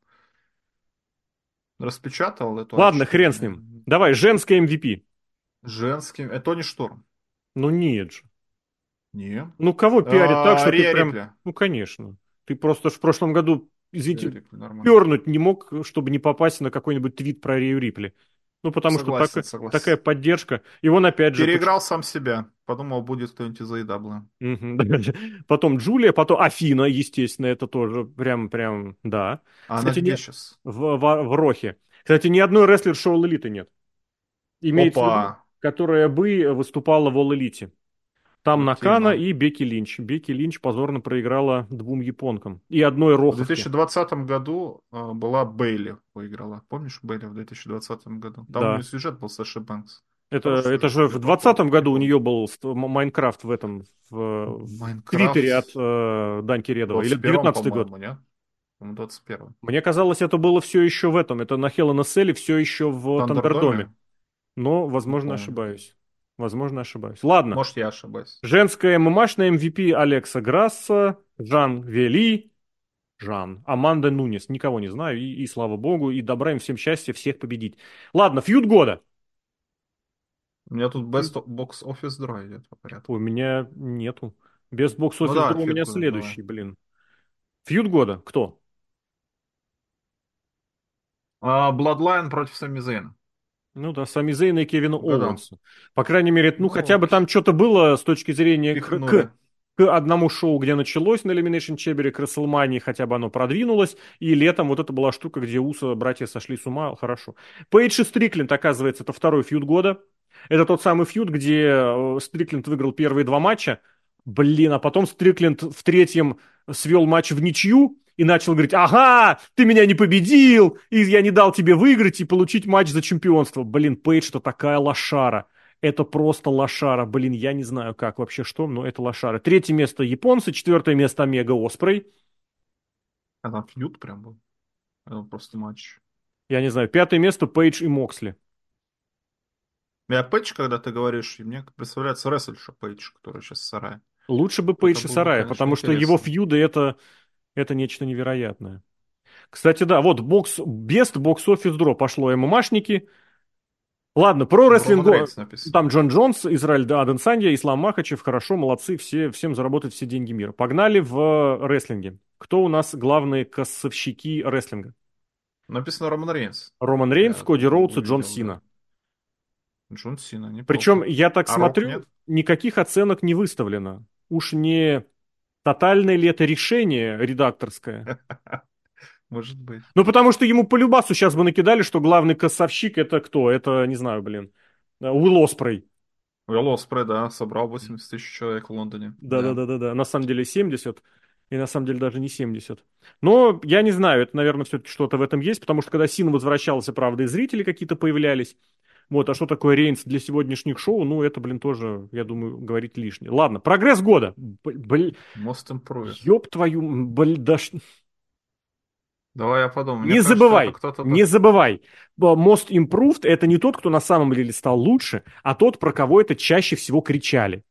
Распечатал эту а Ладно, четыре. хрен с ним. Давай, женская эм ви пи. Женским. Это Тони Шторм. Ну нет же. Не. Ну кого пиарит так, А, что ты Рия прям... Рипли. Ну конечно. Ты просто в прошлом году, Рия извините, Рипли, нормально. пернуть не мог, чтобы не попасть на какой-нибудь твит про Рию Рипли. Ну потому что Согласен, так- такая согласен. поддержка. И он опять же... поч- Переиграл сам себя. Подумал, будет кто-нибудь из эй и дабл ю. Мгм, да. Потом Джулия, потом Афина, естественно, это тоже прям, прям, да. А она Кстати, где не... сейчас? в, в, в Рохе. Кстати, ни одной рестлер шоу элиты нет. Имеется в Опа. виду, которая бы выступала в All Elite. Там Вот Накана тема. и Бекки Линч. Бекки Линч позорно проиграла двум японкам и одной В роховке. две тысячи двадцатом году э, была Бейли выиграла. Помнишь Бейли в две тысячи двадцатом году? Там у нее Да. сюжет был Саши Бэнкс. Это, Хороший это сюжет, же кстати, в по поводу. двадцатом году у Прикольно. нее был ст- М- Майнкрафт в этом, в, в Твиттере от Майнкрафт э, Даньки в Редова. Или двадцать первом, девятнадцатый год. по-моему, нет? По-моему, двадцать первом. Мне казалось, это было все еще в этом. Это на Hell in a Cell, все еще В в Тандердоме. Тандердоме? Но, Не возможно, помню. ошибаюсь. Возможно, ошибаюсь. Ладно. Может, я ошибаюсь. Женская ММАшная эм ви пи Алекса Грасса, Жан Вели, Жан, Аманда Нунес. Никого не знаю, и, и слава богу, и добра им всем счастья всех победить. Ладно, фьюд года. У меня тут Фьюд. Best Box Office Draw идет по порядку. У меня нету. Без Ну бокс-офис да, Draw у фьюд меня года, давай. следующий, блин. Фьюд года. Кто? А, Bloodline против Сами Зейна. Ну да, Сами Зейна и Кевина Угадал. Оуэнса. По крайней мере, ну хотя Ну, бы там что-то было с точки зрения к, пихнули. к, к одному шоу, где началось на Elimination Chamber, к WrestleMania, хотя бы оно продвинулось. И летом вот это была штука, где Уса братья сошли с ума. Хорошо. Пейдж и Стрикленд, оказывается, это второй фьюд года. Это тот самый фьюд, где э, Стрикленд выиграл первые два матча. Блин, а потом Стрикленд в третьем свел матч в ничью и начал говорить: ага, ты меня не победил, и я не дал тебе выиграть и получить матч за чемпионство. Блин, Пейдж-то такая лошара. Это просто лошара. Блин, я не знаю, как вообще что, но это лошара. Третье место японцы, четвертое место Омега Оспрей. А там фьюд прям был. Это просто матч. Я не знаю, пятое место Пейдж и Моксли. Я Пейдж, когда ты говоришь, и мне представляется рестлерша Пейдж, который сейчас в сарае. Лучше бы Это Пейдж и было бы, Сарая, конечно, потому что его интересно. фьюды это, это нечто невероятное. Кстати, да, вот бокс, Best Box Office Draw пошло ММАшники. Ладно, про Ну, Роман рестлинг. Рейнс написано. Там Джон Джонс, Израиль да, Адесанья, Ислам Махачев. Хорошо, молодцы, все, всем заработать все деньги мира. Погнали в рестлинге. Кто у нас главные кассовщики рестлинга? Написано Роман Рейнс. Роман Рейнс, Я Коди Роудс и Джон увидел, да. Сина. Джон Сина, Причем, неплохо. я так А Рок смотрю, нет? никаких оценок не выставлено. Уж не тотальное ли это решение редакторское? Может быть. Ну, потому что ему по любасу сейчас бы накидали, что главный кассовщик это кто? Это, не знаю, блин, Уилл Оспрей. Уилл Оспрей, да, собрал восемьдесят тысяч человек в Лондоне. Да. Да-да-да-да-да. На самом деле семьдесят, и на самом деле даже не семьдесят. Но я не знаю, это, наверное, все-таки что-то в этом есть, потому что когда Син возвращался, правда, и зрители какие-то появлялись. Вот, а что такое Рейнс для сегодняшних шоу? Ну, это, блин, тоже, я думаю, говорить лишнее. Ладно, прогресс года. Блин, Most Improved. ёб твою, блин, да ш- Давай я подумаю. Мне не кажется, это забывай, кто-то... не да- забывай. Most Improved это не тот, кто на самом деле стал лучше, а тот, про кого это чаще всего кричали.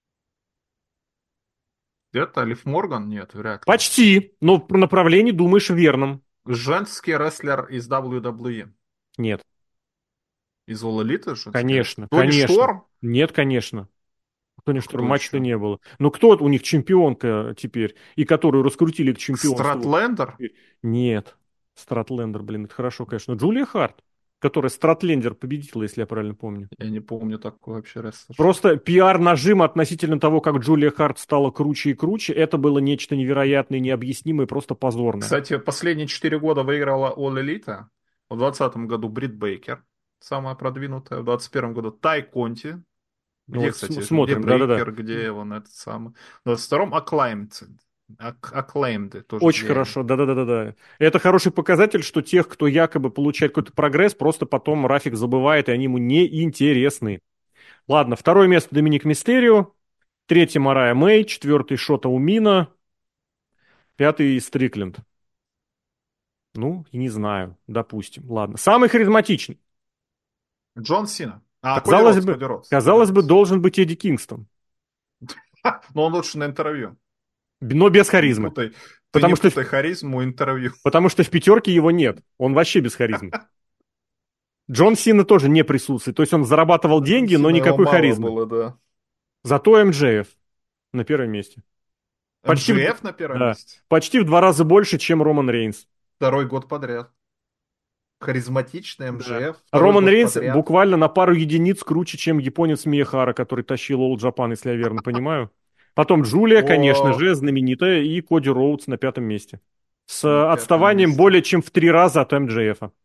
Где-то Лив Морган? Нет, вряд ли. Почти, но про направление думаешь верным. Женский рестлер из дабл ю дабл ю и. Нет. Из All Elite женский рестлер. Конечно, Тони конечно. Шторм? Нет, конечно. Тони Шторм Кто матча-то еще? не было. Но кто у них чемпионка теперь, и которую раскрутили к чемпионству? Стратлендер? Нет. Стратлендер, блин, это хорошо, конечно. Джулия Харт, которая Стратлендер победила, если я правильно помню. Я не помню такой вообще рестлершу. Просто пиар-нажим относительно того, как Джулия Харт стала круче и круче, это было нечто невероятное, необъяснимое, просто позорное. Кстати, последние четыре года выиграла All Elite. В двадцатом году Брит Бейкер, самая продвинутая. В двадцать первом году Тай Конти. Ну Где, вот см- кстати, где смотрим, да-да-да. Брейкер, где его на этот самый. В двадцать втором Acclaimed. Ак- Acclaimed тоже Очень две они. хорошо, да-да-да-да. Это хороший показатель, что тех, кто якобы получает какой-то прогресс, просто потом Рафик забывает, и они ему не интересны. Ладно, второе место Доминик Мистерио, третье Марая Мэй, четвертый Шота Умина, пятый Стрикленд. Ну, и не знаю, допустим. Ладно. Самый харизматичный. Джон Сина. А, Коди Казалось Роудс, бы, Коди Роудс, Коди казалось бы, Роудс. должен быть Эдди Кингстон, Но он лучше на интервью. но без Ты не харизмы. путай, ты не Потому что, в- путай харизму интервью. потому что в пятерке его нет. Он вообще без харизмы. Джон Сина тоже не присутствует. То есть он зарабатывал Джон деньги, но Сина его никакой мало харизмы. было, да. Зато эм джей эф на первом месте. Почти, в- эм джей эф на первом да, месте. почти в два раза больше, чем Роман Рейнс. Второй год подряд. Харизматичный Да. эм джей эф. Второй Роман год Рейнс подряд. буквально на пару единиц круче, чем японец Мияхара, который тащил Олд Джапан, если я верно понимаю. Потом Джулия, конечно О, же, знаменитая, и Коди Роудс на пятом месте. С на э, пятом отставанием месте. более чем в три раза от эм джей эф.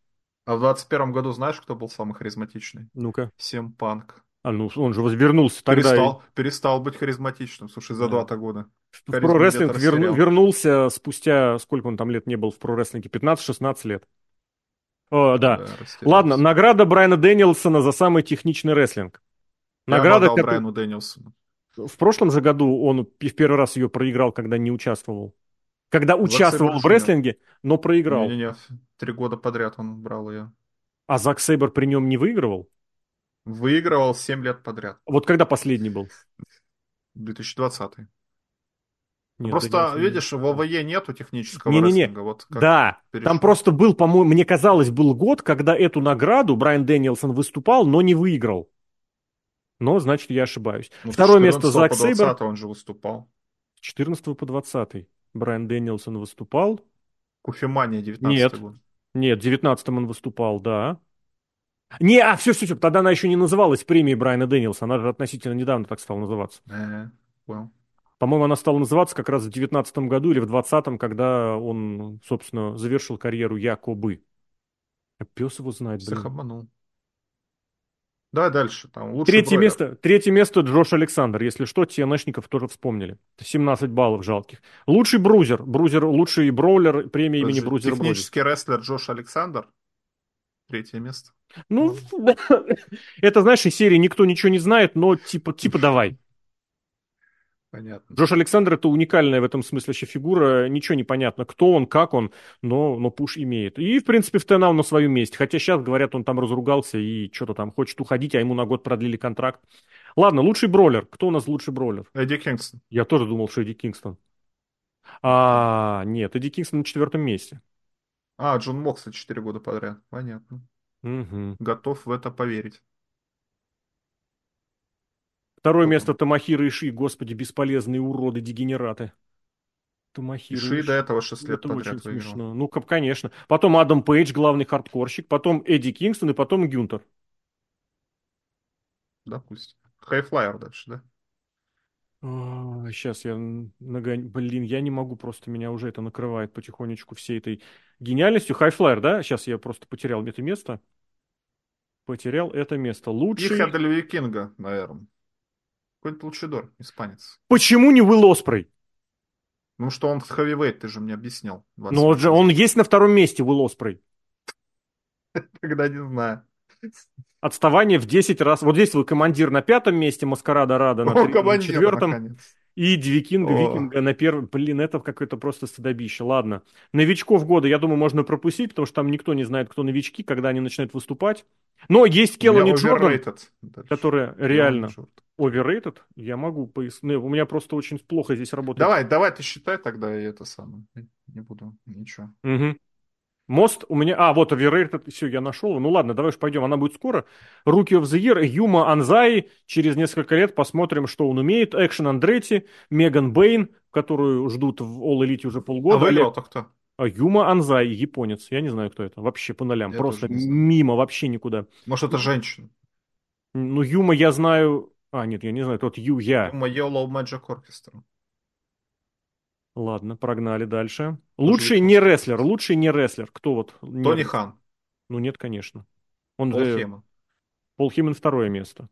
А в двадцать первом году знаешь, кто был самый харизматичный? Ну-ка. Сем Панк. А ну, он же возвернулся тогда. и- Перестал, перестал быть харизматичным, слушай, за Да. два-то года. В в Харизму где-то про-рестлинг верну- растерял. вернулся спустя, сколько он там лет не был в про-рестлинге? пятнадцать-шестнадцать лет. О, да. Да, Ладно, растерялся. награда Брайана Дэнилсона за самый техничный рестлинг. Я бы Награда, отдал которую... Брайану Дэнилсону. В прошлом же году он в первый раз ее проиграл, когда не участвовал. Когда Зак Сейбр участвовал в же нет. рестлинге, но проиграл. Не-не-не, три года подряд он брал ее. А Зак Сейбр при нем не выигрывал? Выигрывал семь лет подряд. Вот когда последний был? две тысячи двадцатый. Ну, Нет, просто, Дэнилсон не видишь, в участвовал. ОВЕ нету технического Не-не-не. рестлинга. Вот как Да, там перешел. просто был, по-моему, мне казалось, был год, когда эту награду Брайан Дэнилсон выступал, но не выиграл. Но, значит, я ошибаюсь. Ну, с Второе место четырнадцатого Зак по Сейбр. двадцатый он же выступал. С четырнадцатого по двадцатый Брайан Дэнилсон выступал. Кофемания, девятнадцатый Нет. год. Нет, в девятнадцатом он выступал, да. Не, а, все, все, все, тогда она еще не называлась премией Брайана Дэнилсона, она же относительно недавно так стала называться. Э, понял. По-моему, она стала называться как раз в девятнадцатом году или в двадцатом, когда он, собственно, завершил карьеру якобы. А пес его знает, Всех блин. обманул. Давай дальше. Там лучший Третье бройлер. место, третье место Джош Александр. Если что, ТНшников тоже вспомнили. семнадцать баллов жалких. Лучший брузер. Брузер, лучший броулер, премия имени Подожди, Брузер Броди. технический рестлер Джош Александр. Третье место. Ну, Ладно. это, знаешь, из серии никто ничего не знает, но типа, типа давай. Понятно. Джош Александр это уникальная в этом смысле вообще фигура. Ничего не понятно, кто он, как он, но, но пуш имеет. И, в принципе, в ТНА он на своем месте. Хотя сейчас, говорят, он там разругался и что-то там хочет уходить, а ему на год продлили контракт. Ладно, лучший бролер. Кто у нас лучший бролер? Эдди Кингстон. Я тоже думал, что Эдди Кингстон. Да. А, нет, Эдди Кингстон на четвертом месте. А, Джон Моксли четыре года подряд. Понятно. Мгм. Готов в это поверить. Второе Кто место там? Тамахира Иши. Господи, бесполезные уроды, дегенераты. Тамахира Иши до Иши. этого шесть лет Это очень подряд выиграл. смешно. Ну, как, конечно. Потом Адам Пейдж, главный хардкорщик. Потом Эдди Кингстон и потом Гюнтер. Допустим. Хайфлайер дальше, да? Сейчас я нагоню. Блин, я не могу, просто меня уже это накрывает потихонечку всей этой гениальностью. Хайфлайер, да? Сейчас я просто потерял это место. Потерял это место. И Лучший... Хедли Кинга, наверное. Какой-нибудь Лучидор, испанец. Почему не Уилл Оспрей? Ну что он хэвивейт, ты же мне объяснял Но двадцать он лет же, он назад. есть на втором месте, Уилл Оспрей. Тогда не знаю. Отставание в десять раз. Вот здесь твой командир на пятом месте, Маскарада Рада на, О, три- на командир, четвертом. наконец. И Викинга, О, Викинга на первом. Блин, это какое-то просто стыдобище. Ладно. Новичков года, я думаю, можно пропустить, потому что там никто не знает, кто новички, когда они начинают выступать. Но есть у меня Келлани Джордан, overrated дальше. которая Келлани реально Джордан. overrated. Я могу пояснить. У меня просто очень плохо здесь работает. Давай, давай ты считай тогда и это самое. Не буду, ничего. Мгм. Мост у меня... А, вот Overrated, все, я нашел. Ну ладно, давай уж пойдем, она будет скоро. Rookie of the Year, Юма Анзай. Через несколько лет посмотрим, что он умеет. Экшен Андретти, Меган Бэйн, которую ждут в All Elite уже А полгода. Олег... выиграл-то кто? А, Юма Анзай, японец. Я не знаю, кто это. Вообще по нолям. Я тоже Просто не знаю. мимо, вообще никуда. Может, это женщина? Ну, Юма я знаю... А, нет, я не знаю, тот Ю я. Юма Yellow Magic Orchestra. Ладно, прогнали дальше. Тоже Лучший не японский рестлер, артист. лучший не рестлер. Кто вот не Тони рестлер? Хан. Ну нет, конечно. Он Пол же Хейман. Пол Хейман второе место.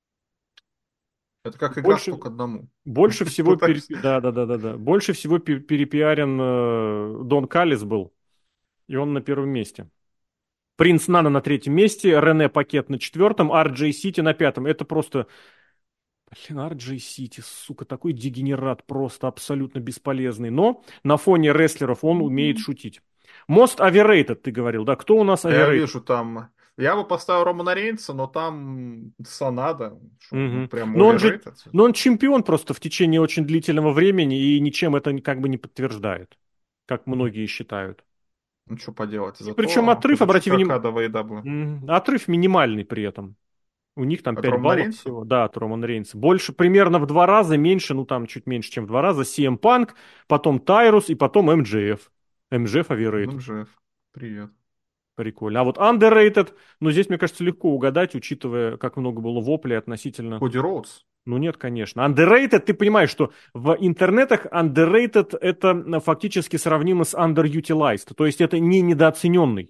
Это как игра сто Больше, к одному. больше всего пере- Пытаюсь. да, да, да, да, да. Больше всего пе- перепиарен э, Дон Каллис был, и он на первом месте. Принц Нана на третьем месте, Рене Пакет на четвертом, Ар Джей Сити на пятом. Это просто... Блин, Ар Джей Сити, сука, такой дегенерат, просто абсолютно бесполезный. Но на фоне рестлеров он умеет шутить. Most Overrated, ты говорил, да? Кто у нас Я Overrated? вижу там... Я бы поставил Романа Рейнса, но там Санада. Что, ну, Мгм. прям Но он же, overrated. но он чемпион просто в течение очень длительного времени и ничем это как бы не подтверждает, как многие считают. Ну, что поделать. И причем Зато отрыв, кусочек обрати внимание, пирога до A E W. отрыв минимальный при этом. У них там От пять Романа баллов Рейнса? всего, да, от Романа Рейнса. Больше, примерно в два раза меньше, ну там чуть меньше, чем в два раза, Си Эм Punk, потом Тайрус и потом эм джей эф. эм джей эф overrated. Ну, жив. Привет. Прикольно. А вот underrated, ну здесь, мне кажется, легко угадать, учитывая, как много было воплей относительно... Коди Роудс. Ну нет, конечно. Underrated, ты понимаешь, что в интернетах underrated это фактически сравнимо с underutilized. То есть это не недооцененный.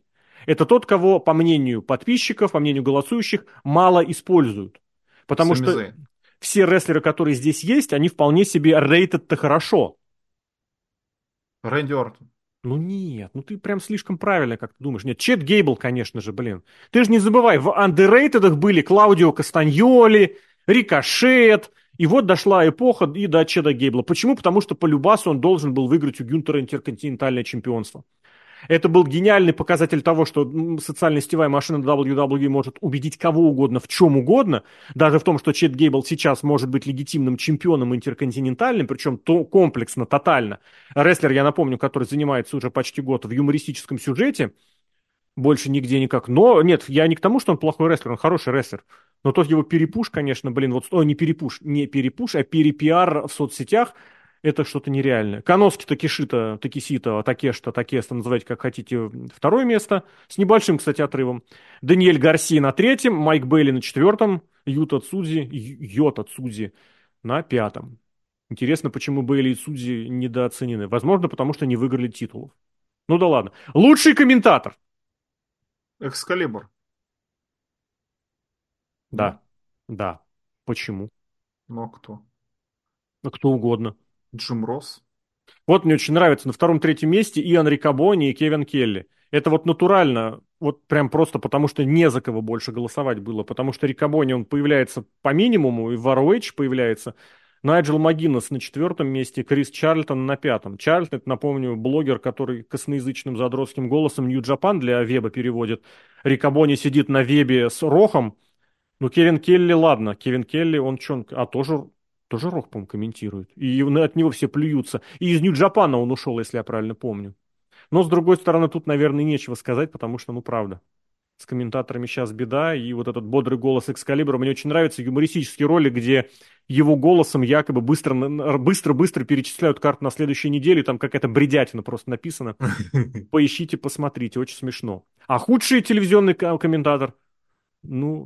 Это тот, кого, по мнению подписчиков, по мнению голосующих, мало используют. Потому что Самизей. все рестлеры, которые здесь есть, они вполне себе рейтед-то хорошо. Рэнди Ортон. Ну нет, ну ты прям слишком правильно как ты думаешь. Нет, Чет Гейбл, конечно же, блин. Ты же не забывай, в андеррейтедах были Клаудио Кастаньоли, Рикошет, и вот дошла эпоха и до Чеда Гейбла. Почему? Потому что по любасу он должен был выиграть у Гюнтера интерконтинентальное чемпионство. Это был гениальный показатель того, что социальная сетевая машина дабл ю дабл ю и может убедить кого угодно в чем угодно, даже в том, что Чет Гейбл сейчас может быть легитимным чемпионом интерконтинентальным, причем то комплексно, тотально. Рестлер, я напомню, который занимается уже почти год в юмористическом сюжете, больше нигде никак. Но нет, я не к тому, что он плохой рестлер, он хороший рестлер. Но тот его перепуш, конечно, блин, вот, о, не перепуш, не перепуш, а перепиар в соцсетях, это что-то нереальное. Каноски Такешита, Такесита, Такешта, Такеста, называйте как хотите, второе место, с небольшим, кстати, отрывом. Даниэль Гарси на третьем, Майк Бейли на четвертом, Юта Цудзи, Йота Цудзи на пятом. Интересно, почему Бейли и Цудзи недооценены. Возможно, потому что не выиграли титулов. Ну да ладно. Лучший комментатор. Экскалибур. Да, Нет? да. Почему? Ну а кто? Ну, кто угодно. Джим Росс. Вот мне очень нравится на втором-третьем месте Иоанн Рикабони и Кевин Келли. Это вот натурально, вот прям просто потому, что не за кого больше голосовать было. Потому что Рикабони, он появляется по минимуму, и в ар о эйч появляется. Найджел Магиннес на четвертом месте, Крис Чарльтон на пятом. Чарльтон, это, напомню, блогер, который косноязычным задротским голосом Нью Джапан для Веба переводит. Рикабони сидит на Вебе с Рохом. Ну, Кевин Келли, ладно. Кевин Келли, он что, а тоже, тоже Рох, по-моему, комментирует. И от него все плюются. И из Нью-Джапана он ушел, если я правильно помню. Но, с другой стороны, тут, наверное, нечего сказать, потому что, ну, правда. С комментаторами сейчас беда, и вот этот бодрый голос Экскалибура мне очень нравится, юмористический ролик, где его голосом якобы быстро, быстро-быстро перечисляют карты на следующей неделе, там какая-то бредятина просто написана. Поищите, посмотрите, очень смешно. А худший телевизионный комментатор? Ну,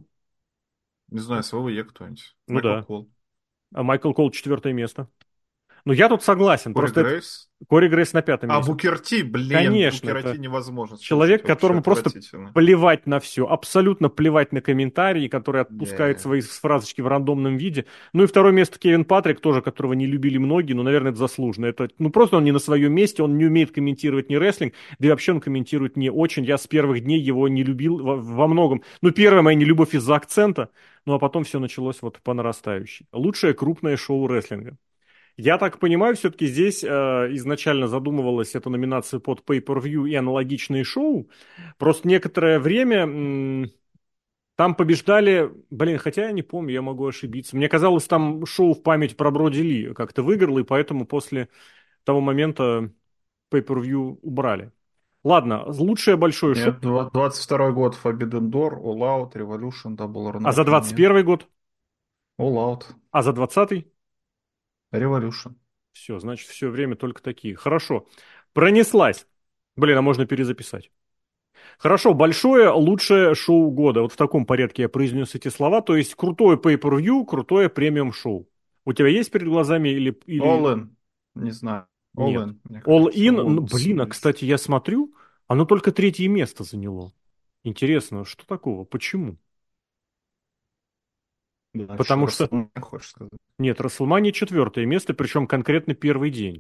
Не знаю, с ВВЕ кто-нибудь. ну Майкл да. Кол. А Майкл Кол четвертое место. Ну, я тут согласен. Кори Просто это Грейс. Кори Грейс на пятом А месте. Букерти, блин, Конечно, Букерти это невозможно слушать, человек, вообще которому просто отвратительно. плевать на все, абсолютно плевать на комментарии, который отпускает Не. свои фразочки в рандомном виде. Ну и второе место Кевин Патрик, тоже которого не любили многие, но, наверное, это заслуженно. Это, ну, просто он не на своем месте, он не умеет комментировать ни рестлинг, да и вообще он комментирует не очень. Я с первых дней его не любил во, во многом. Ну, первая моя нелюбовь из-за акцента, ну а потом все началось вот по нарастающей. Лучшее крупное шоу рестлинга. Я так понимаю, все-таки здесь э, изначально задумывалась эта номинация под Pay-Per-View и аналогичные шоу. Просто некоторое время м, там побеждали, блин, хотя я не помню, я могу ошибиться. Мне казалось, там шоу в память про Броди Ли как-то выиграло, и поэтому после того момента Pay-Per-View убрали. Ладно, лучшее большое шоу. Нет, два- двадцать второй год Forbidden Door, All Out, Revolution, Double or А за Nothing, двадцать нет. первый год? All Out, А за двадцатый? Revolution. Все, значит, все время только такие. Хорошо. Пронеслась. Блин, а можно перезаписать. Хорошо, большое лучшее шоу года. Вот в таком порядке я произнес эти слова. То есть крутое pay-per-view, крутое премиум-шоу. У тебя есть перед глазами или, All или... In, не знаю. All Нет? In, мне All кажется, In, ну, он блин, а, есть. кстати, я смотрю, оно только третье место заняло. Интересно, что такого? Почему? Да, что, Потому что, WrestleMania, хочешь сказать? нет, Расселмания четвертое место, причем конкретно первый день.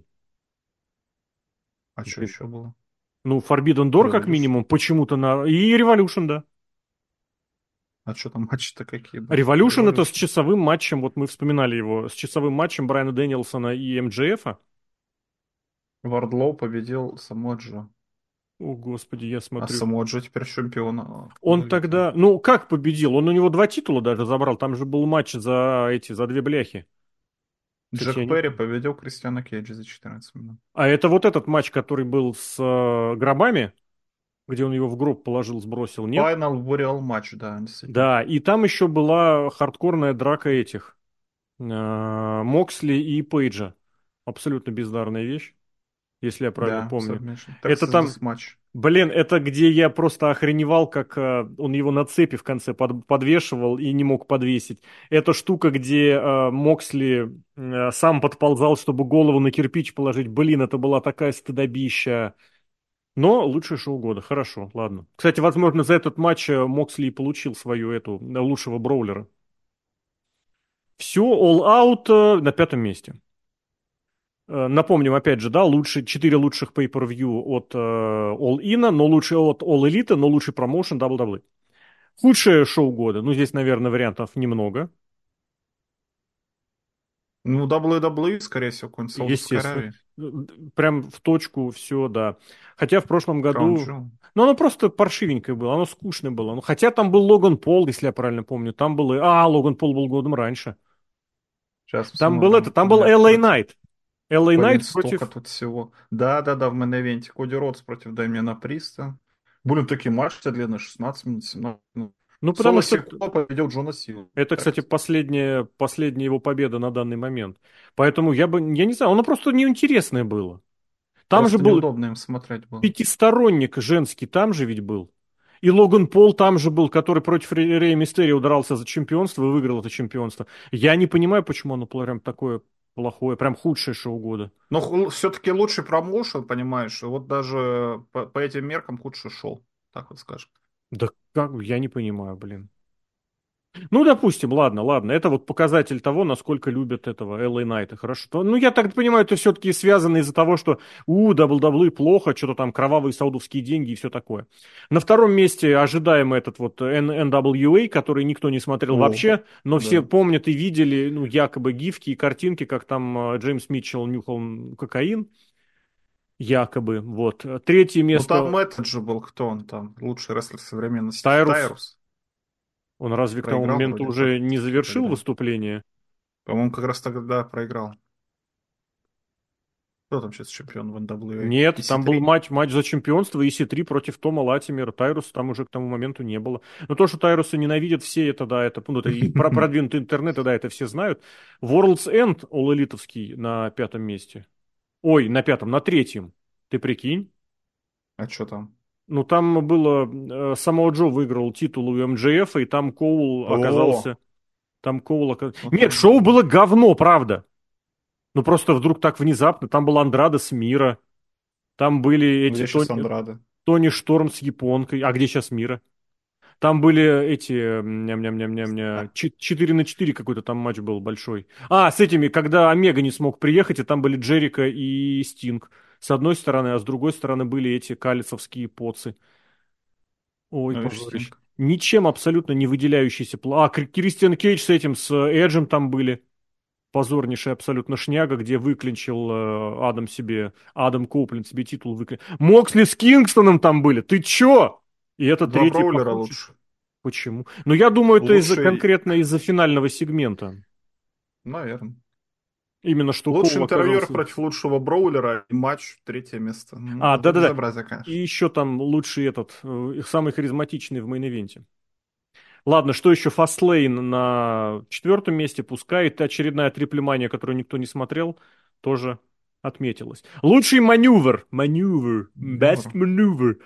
А что Блин. еще было? Ну, Forbidden Door как Revolution. минимум, почему-то на... И Revolution, да. А что там матчи-то какие были? Revolution это с Revolution. часовым матчем, вот мы вспоминали его, с часовым матчем Брайана Дэнилсона и эм джей эф. Вардлоу победил Самоджо. О, господи, я А смотрю. Самоджо теперь чемпион а, Он All тогда, ну, как победил? Он у него два титула даже забрал. Там же был матч за эти, за две бляхи. Кстати, я Джек не Перри помню. победил Кристиана Кейджа за четырнадцать минут. А это вот этот матч, который был с э, гробами, где он его в гроб положил, сбросил, нет? Final Burial матч, да, действительно. Да, и там еще была хардкорная драка этих. э, Моксли и Пейджа. Абсолютно бездарная вещь, если я правильно Да, помню. Submission. Это Texas там, Death Match. блин, это где я просто охреневал, как э, он его на цепи в конце под- подвешивал и не мог подвесить. Это штука, где э, Моксли э, сам подползал, чтобы голову на кирпич положить. Блин, это была такая стыдобища. Но лучшее шоу года. Хорошо, ладно. Кстати, возможно, за этот матч э, Моксли и получил свою эту э, лучшего броулера. Все, All Out э, на пятом месте. Э, Напомним, опять же, да, лучше, четыре лучших pay-per-view от э, All In, но лучше от All Elite, но лучший промоушен дабл ю дабл ю и. Худшее шоу года. Ну, здесь, наверное, вариантов немного. Ну, дабл ю дабл ю и, скорее всего, какой-нибудь Саудовской Естественно. Аравии. Прям в точку все, да. Хотя в прошлом Краун году... Джевел. Ну, оно просто паршивенькое было, оно скучное было. Ну, хотя там был Логан Пол, если я правильно помню. Там был и... А, Логан Пол был годом раньше. Сейчас Там был это, посмотрим. там У был меня Л А против... Найт. Л А Блин, Найт столько против... тут всего. Да-да-да, в мейн-ивенте. Коди Родс против Дэмиана Приста. Блин, такие матчи длинные, шестнадцать минут, семнадцать минут. Ну, потому Соло что Сико победил Джона Силу. это, Так кстати, это последняя, последняя его победа на данный момент. Поэтому я бы, я не знаю, оно просто неинтересное было. Там же просто был неудобно им смотреть было. пятисторонник женский, там же ведь был. И Логан Пол там же был, который против Ре- Рея Мистерио дрался за чемпионство и выиграл это чемпионство. Я не понимаю, почему оно прям такое плохое, прям худшее шоу года. Но все-таки лучший промоушен, понимаешь, и вот даже по, по этим меркам худший шоу, так вот скажем. Да как, я не понимаю, блин. Ну, допустим, ладно, ладно. Это вот показатель того, насколько любят этого Л А Найта. Хорошо. То- Ну, я так понимаю, это все-таки связано из-за того, что у дабл ю дабл ю и плохо, что-то там кровавые саудовские деньги и все такое. На втором месте ожидаемо этот вот Н- Н дабл ю А, который никто не смотрел О, вообще, но все да. помнят и видели, ну, якобы гифки и картинки, как там э, Джеймс Митчелл нюхал кокаин, якобы. Вот. Третье Ну место там этот же был, кто он там, лучший рестлер современности, Тайрус. Тайрус. Он разве к тому Проиграл моменту вроде так уже не завершил тогда. выступление? По-моему, как раз тогда проиграл. Кто там сейчас чемпион в Н дабл ю Эй? Нет, там был и си три? матч, матч за чемпионство и си три против Тома Латимера. Тайруса там уже к тому моменту не было. Но то, что Тайруса ненавидят все, это да, это, ну, это и про продвинутый интернет, да, это все знают. World's End, All Elite'овский на пятом месте. Ой, на пятом, на третьем. Ты прикинь? А что там? Ну, там было... э, Самоа Джо выиграл титул у Эм Джей Эф, и там Коул О, оказался... Там Коул ока- вот Нет, это шоу да. было говно, правда. Ну, просто вдруг так внезапно. Там был Андрадес Мира. Там были эти... Где сейчас Тони, Андрада? Тони Шторм с японкой. А где сейчас Мира? Там были эти... м, Ням-ням-ням-ням-ням, чи- четыре на четыре какой-то там матч был большой. А, с этими, когда Омега не смог приехать, и там были Джерика и Стинг. С одной стороны, а с другой стороны были эти калицовские поцы. Ой, Ну и позорище. Стинг. Ничем абсолютно не выделяющийся. пла- А, Кри- Кристиан Кейдж с этим, с Эджем там были. Позорнейшая абсолютно шняга, где выклинчил э, Адам себе, Адам Коупленд себе титул выклинчил. Моксли с Кингстоном там были. Ты чё? И это Два третий броулера похудший. лучше. Почему? Ну, я думаю, это из-за Лучший, конкретно из-за финального сегмента. наверное. Именно что Лучший Коул интервьюер оказался... против лучшего броулера и матч третье место. Ну, А, это да-да-да. безобразие, И конечно. еще там лучший этот, э, их самый харизматичный в мейн-ивенте. Ладно, что еще? Фастлейн на четвертом месте, пускай. Это очередная триплемания, которую никто не смотрел, тоже отметилась. Лучший маневр. Маневр. Best Маневр. maneuver.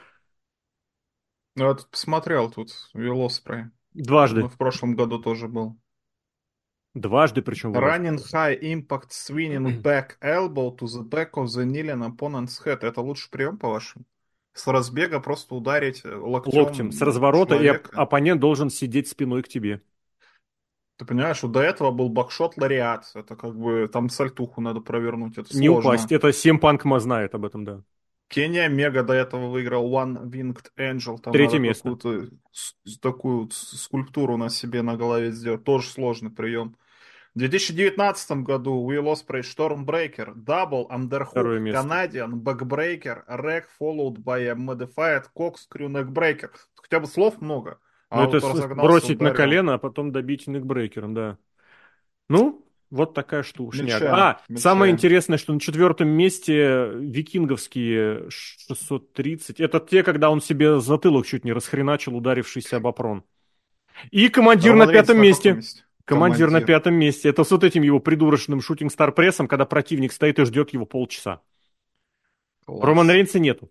Ну, я тут посмотрел, тут Велоспрей. Он и Дважды. в прошлом году тоже был. Дважды причем в Running high impact swinging back elbow to the back of the kneeling opponent's head. Это лучший прием, по-вашему? С разбега просто ударить локтем с локтем разворота, и оп- человека. оппонент должен сидеть спиной к тебе. Ты понимаешь, вот до этого был бакшот лариат. Это как бы там сальтуху надо провернуть. Это Не упасть. сложно. Это Сем Панк знает об этом, да. Кенни Омега до этого выиграл One Winged Angel. Там Третье надо место. какую-то с- с- такую вот с- скульптуру на себе на голове сделать. Тоже сложный прием. В две тысячи девятнадцатом году Уилл Оспрей Stormbreaker, Double, Второе Underhook, место. Canadian, Backbreaker, Rec, followed by a Modified Corkscrew Neckbreaker. Хотя бы слов много. Ну, А это вот с- разогнался, бросить на ударил колено, а потом добить некбрейкером, да. Ну, вот такая штука, шняга. меча, А, самое меча. интересное, что на четвертом месте викинговские шестьсот тридцать. Это те, когда он себе затылок чуть не расхреначил, ударившийся об опрон. И командир на Роман Рейнс пятом на каком месте. месте? Командир на Командир. пятом месте. Это с вот этим его придурочным шутинг-стар-прессом, когда противник стоит и ждет его полчаса. Романа Класс. Рейнса нету.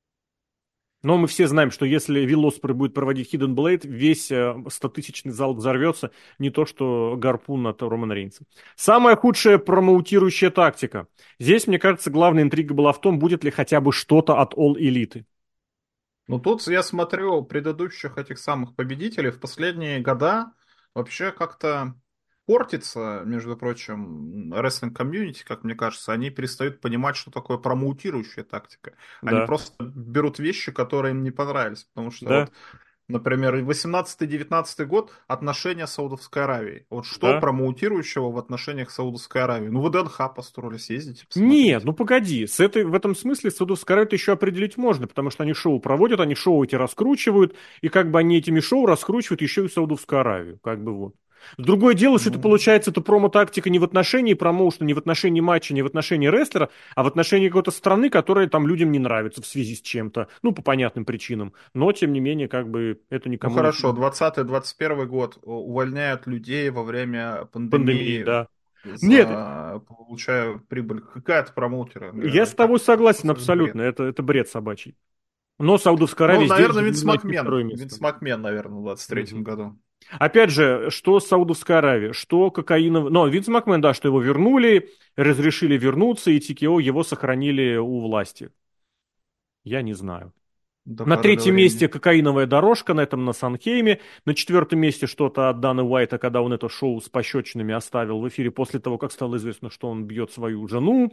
Но мы все знаем, что если Вилл Оспрей будет проводить Hidden Blade, весь э, стотысячный зал взорвется, не то что гарпун от Романа Рейнса. Самая худшая промоутирующая тактика. Здесь, мне кажется, главная интрига была в том, будет ли хотя бы что-то от All Elite. Ну тут я смотрю предыдущих этих самых победителей в последние года вообще как-то портится, между прочим, рестлинг комьюнити, как мне кажется, они перестают понимать, что такое промоутирующая тактика. Они Да, просто берут вещи, которые им не понравились, потому что да, вот, например, восемнадцатый-девятнадцатый год отношения с Саудовской Аравией. Вот что да. промоутирующего в отношениях с Саудовской Аравией? Ну, вы ДНХ построили, съездите, Нет, посмотрите. ну погоди, с этой, в этом смысле Саудовская Аравия еще определить можно, потому что они шоу проводят, они шоу эти раскручивают, и как бы они этими шоу раскручивают еще и Саудовскую Аравию, как бы вот. Другое дело, что это Ну, получается, это промо-тактика не в отношении промоушена, не в отношении матча, не в отношении рестлера, а в отношении какой-то страны, которая там людям не нравится в связи с чем-то, ну, по понятным причинам. Но, тем не менее, как бы это Ну никому не хорошо, двадцатый-двадцать первый год у- увольняют людей во время пандемии, пандемии, да. Нет, за, получая прибыль. Какая-то промоутера. я с э, тобой Как, что согласен за бред? абсолютно, это, это бред собачий. Но Саудовская Ну, Аравия здесь наверное, же Винс занимает не Макмен. второе место. Винс Макмен, наверное, в двадцать третьем Мгм. году. Опять же, что Саудовская Аравия, что кокаинов... Но Винс Макмен, да, что его вернули, разрешили вернуться, и Ти Кей О его сохранили у власти. Я не знаю. До На поры до третьем месте времени. кокаиновая дорожка, на этом на Санхейме. На четвертом месте что-то от Даны Уайта, когда он это шоу с пощечинами оставил в эфире после того, как стало известно, что он бьет свою жену.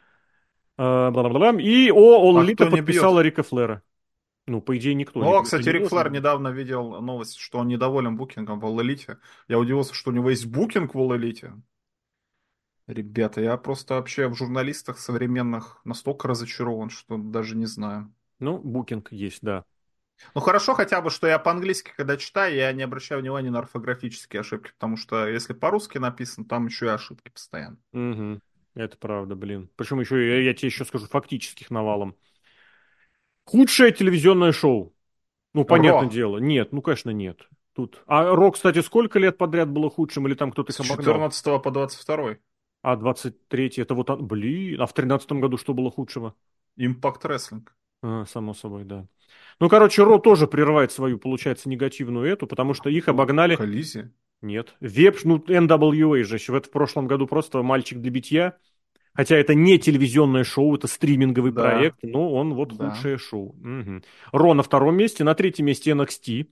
Э, бла-бла-бла. И о, All А Elite кто не подписала бьет? Рика Флера. Ну, по идее, никто, Ну, никто кстати, не Рик Флэр должен. недавно видел новость, что он недоволен букингом в All Elite. Я удивился, что у него есть букинг в All Elite. Ребята, я просто вообще в журналистах современных настолько разочарован, что даже не знаю. Ну, букинг есть, да. Ну хорошо хотя бы, что я по-английски, когда читаю, я не обращаю внимания на орфографические ошибки, потому что если по-русски написано, там еще и ошибки постоянно. Мгм. Это правда, блин. Причем еще, я, я тебе еще скажу, фактических навалом. Худшее телевизионное шоу. Ну, Ро понятное дело. Нет, ну, конечно, нет. Тут. А Рок, кстати, сколько лет подряд было худшим, или там кто-то их с обогнал? четырнадцатого по двадцать второй. А двадцать третий это вот, он- блин, а в тринадцатом году что было худшего? Импакт рестлинг. А, само собой, да. Ну, короче, Ро тоже прерывает свою, получается, негативную эту, потому что их Кто? обогнали. Коллизия? Нет. Веб, ну, Эн Дабл Ю Эй же, в, это в прошлом году просто мальчик для битья. Хотя это не телевизионное шоу, это стриминговый Да, проект, но он вот да. худшее шоу. Мгм. Ро на втором месте, на третьем месте Эн Экс Ти.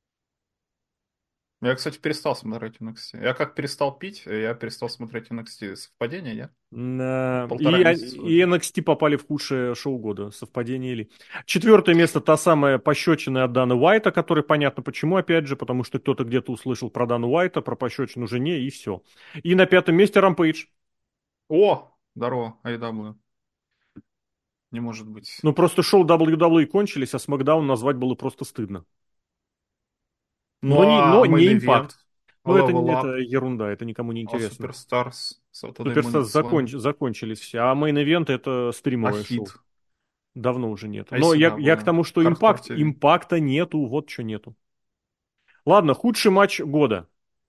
Я, кстати, перестал смотреть Н Экс Ти. Я как перестал пить, я перестал смотреть Н Экс Ти. Совпадение, нет? На- Полтора И, а- месяца и вроде. Эн Экс Ти попали в худшее шоу года. Совпадение ли? Четвертое место та самая пощечина от Дана Уайта, который понятно почему, опять же, потому что кто-то где-то услышал про Дана Уайта, про пощечину жене, и все. И на пятом месте Рампейдж. О, здорово, эй дабл ю. Не может быть. Ну просто шоу дабл ю дабл ю и кончились, а Смакдаун назвать было просто стыдно. Ну Но не, а но не мейн импакт. ивент, Ну это, Level это Up, ерунда, это никому не All интересно. Superstars, Saturday Night Суперстар законч- Slam, закончились все, а мейн-ивент это стримовое Ахит, шоу. Давно уже нет. Но я, я к ай си дабл ю, тому, что Hardcore импакт, ти ви. импакта нету, вот что нету. Ладно, худший матч года.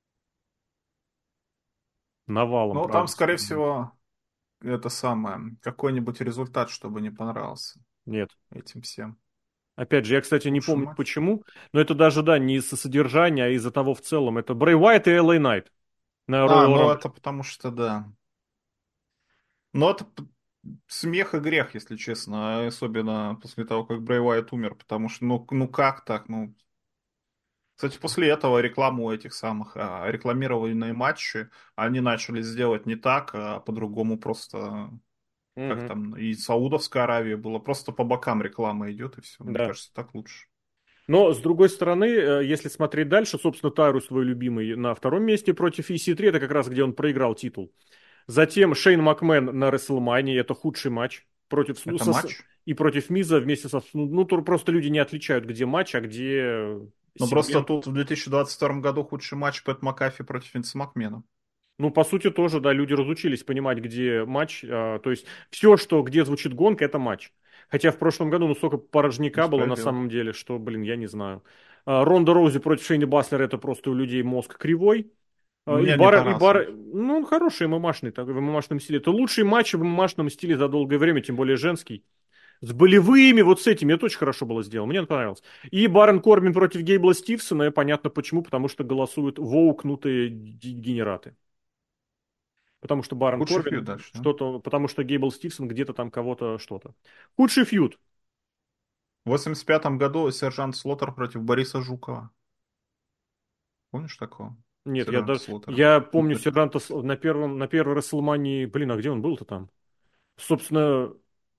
Навалом, Ну, там, правда, скорее вспоминаю. всего, это самое, какой-нибудь результат, чтобы не понравился Нет. этим всем. Опять же, я, кстати, не Лучший помню матч. почему, но это даже, да, не из-за содержания, а из-за того в целом. Это Брэй Уайт и Эл Эй Найт на А, Royal ну Rumble. это потому что, да. Но это п- смех и грех, если честно, особенно после того, как Брэй Уайт умер, потому что, ну, ну как так, ну... Кстати, после этого рекламу этих самых а, рекламированные матчи они начали сделать не так, а по-другому просто, как Мгм. там, и Саудовская Аравия была, просто по бокам реклама идет, и все. Мне Да. кажется, так лучше. Но, с другой стороны, э, если смотреть дальше, собственно, Тайрус свой любимый на втором месте против И Си три, это как раз где он проиграл титул. Затем Шейн Макмен на Рестлмании, это худший матч против ну, Это со- с- матч? и против Миза вместе со... Ну, ну, то просто люди не отличают, где матч, а где э, Но просто сегмент. тут в две тысячи двадцать втором году худший матч Пэт Макафи против Винса Макмена. Ну, по сути, тоже, да, люди разучились понимать, где матч. а, то есть все, что где звучит гонг, это матч. Хотя в прошлом году, ну, столько Ну, порожняка было на справедливо. самом деле, что, блин, я не знаю. А, Ронда Роузи против Шейни Баслера, это просто у людей мозг кривой. А, И Мне не бар, и понравился бар, матч. ну, он хороший ММАшный, так, в ММАшном стиле. Это лучший матч в ММАшном стиле за долгое время, тем более женский. С болевыми, вот с этими, это очень хорошо было сделано, мне понравилось. И Барон Корбин против Гейбла Стивсона, и понятно почему, потому что голосуют воукнутые дегенераты. Потому что Барон Худший фьюд Корбин дальше, да? что-то, потому что Гейбл Стивсон где-то там кого-то что-то. Худший фьюд. В восемьдесят пятом году сержант Слотер против Бориса Жукова. Помнишь такого? Нет, я Сержанта даже, Слотера. я помню сержанта С- на первом, на первой Расселмании, блин, а где он был-то там? Собственно,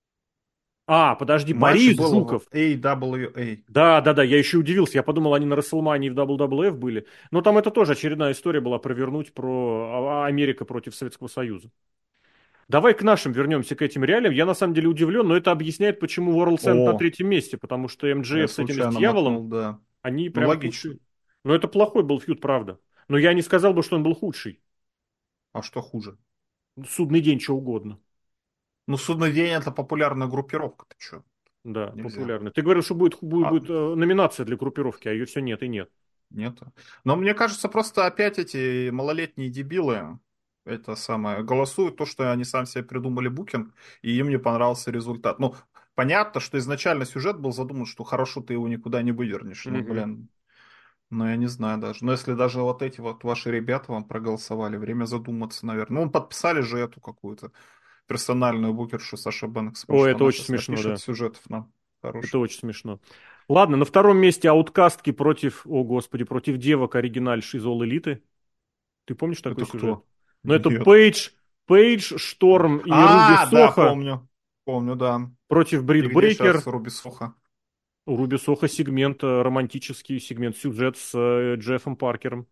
а, подожди, Матч Борис был в Жуков. A W A. Да, да, да, я еще удивился. Я подумал, они на Расселмании в дабл ю дабл ю эф были. Но там это тоже очередная история была провернуть про а- Америка против Советского Союза. Давай к нашим вернемся, к этим реалиям. Я на самом деле удивлен, но это объясняет, почему World Center на О, третьем месте, потому что я эм джей эф с этим с случайно дьяволом, макнул, да. они Ну, прям логично. худшие. Но это плохой был фьюд, правда. Но я не сказал бы, что он был худший. А что хуже? Судный день, что угодно. Ну, Судный день это популярная группировка, ты что? Да, Нельзя. популярный. Ты говорил, что будет, будет, А, будет э, номинация для группировки, а ее все нет и нет. нет. Но мне кажется, просто опять эти малолетние дебилы, это самое, голосуют то, что они сами себе придумали букинг, и им не понравился результат. Ну, понятно, что изначально сюжет был задуман, что хорошо ты его никуда не вывернешь. Ну, Мгм. блин, ну я не знаю даже. Но если даже вот эти вот ваши ребята вам проголосовали, время задуматься, наверное. Ну, подписали же эту какую-то персональную букершу Саша Бэнкс. О, Может, это она очень сейчас смешно, напишет да. сюжетов нам Это хороших. очень смешно. Ладно, на втором месте ауткастки против, о господи, против девок оригинальши из All Elite. Ты помнишь такой Это сюжет? кто? Ну, это Нет. Пейдж, Пейдж, Шторм и Руби А, да, Соха помню. Помню, да. против И Брит где сейчас Бейкер. Руби Соха? У Руби Соха сегмент, э, романтический сегмент, сюжет с э, Джеффом Паркером.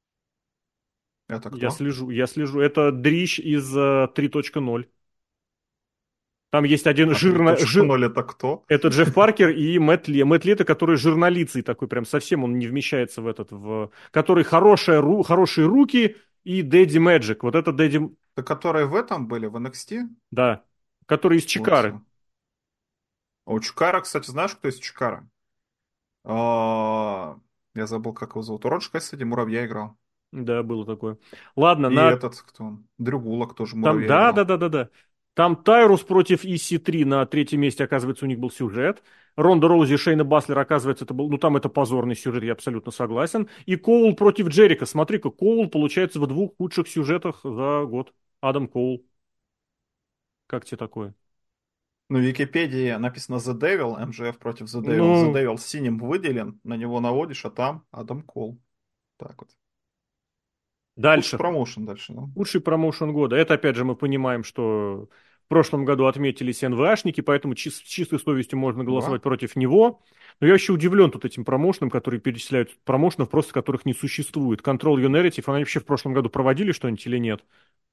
Это Я кто? слежу, я слежу. Это Дрищ из э, три точка ноль. Там есть один А жирно, жир... три точка ноль это кто? Это Джефф Паркер и Мэтт Ли. Мэтт Ли это который жирнолицый такой, прям совсем он не вмещается в этот, в... который хорошая, ру... хорошие руки и Дэдди Мэджик. Вот это Дэдди, Это которые в этом были, в Н X T? да, который из Вот. Чикары. А у Чикара, кстати, знаешь, кто из Чикара? А, Я забыл, как его зовут. Рон Кэссиди Муравья играл. Да, было такое. Ладно, И на... этот, кто он? Дрю Гулак тоже там, Муравья да, да, играл. да, да, да. Там Тайрус против и си три на третьем месте, оказывается, у них был сюжет. Ронда Роузи и Шейна Баслер, оказывается, это был, ну там это позорный сюжет, я абсолютно согласен. И Коул против Джерика. Смотри-ка, Коул получается в двух худших сюжетах за год. Адам Коул. Как тебе такое? На Википедии написано The Devil, эм джей эф против The Devil. The Ну, Devil синим выделен, на него наводишь, а там Адам Кол. Так вот. Худший дальше. промоушен дальше, ну. Лучший промоушен года. Это, опять же, мы понимаем, что в прошлом году отметились эн вэ ашники, поэтому чи- с чистой совестью можно голосовать Да. против него. Но я вообще удивлен тут этим промоушеном, которые перечисляют промоушенов, просто которых не существует. Control Your Narrative, они вообще в прошлом году проводили что-нибудь или нет?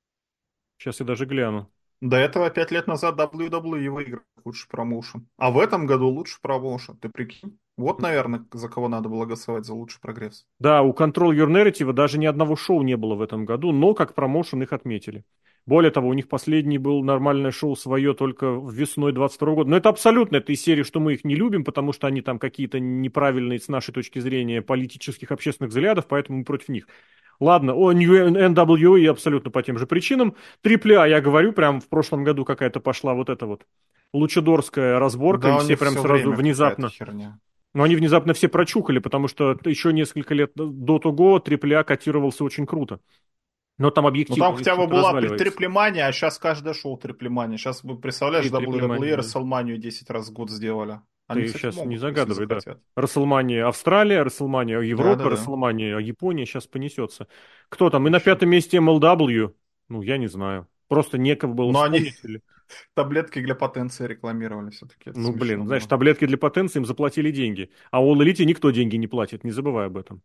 Сейчас я даже гляну. До этого пять лет назад дабл ю дабл ю и выиграл лучший промоушен. А в этом году лучший промоушен. Ты прикинь? Вот, наверное, за кого надо было голосовать за лучший прогресс. Да, у Control Your Narrative даже ни одного шоу не было в этом году, но как промоушен их отметили. Более того, у них последний был нормальное шоу свое только весной двадцать второго года. Но это абсолютно это из серии, что мы их не любим, потому что они там какие-то неправильные с нашей точки зрения политических, общественных взглядов, поэтому мы против них. Ладно, о New эн дабл ю и абсолютно по тем же причинам. Трипли А, я говорю, прям в прошлом году какая-то пошла вот эта вот лучедорская разборка, и Да, у все них прям все сразу время какая-то внезапно херня. но они внезапно все прочухали, потому что еще несколько лет до того Трипли А котировался очень круто. Но там Ну объективно там у них хотя бы что-то была при- разваливается. триплемания, а сейчас каждое шоу триплемания. Сейчас, вы представляешь, И Трипли дабл ю дабл ю и Мания, да. WrestleMania десять раз в год сделали. Они, Ты кстати, сейчас не могут, если загадывай, да. захотят. Расселмания Австралия, Расселмания Европа, Да-да-да. Расселмания Япония сейчас понесется. Кто там? И на Вообще. пятом месте эм эл дабл ю. Ну, я не знаю. Просто некого было Но они вспомнить или... таблетки для потенции рекламировали все-таки. Это Ну, блин, смешно знаешь, было. таблетки для потенции им заплатили деньги. А у All Elite никто деньги не платит, не забывай об этом.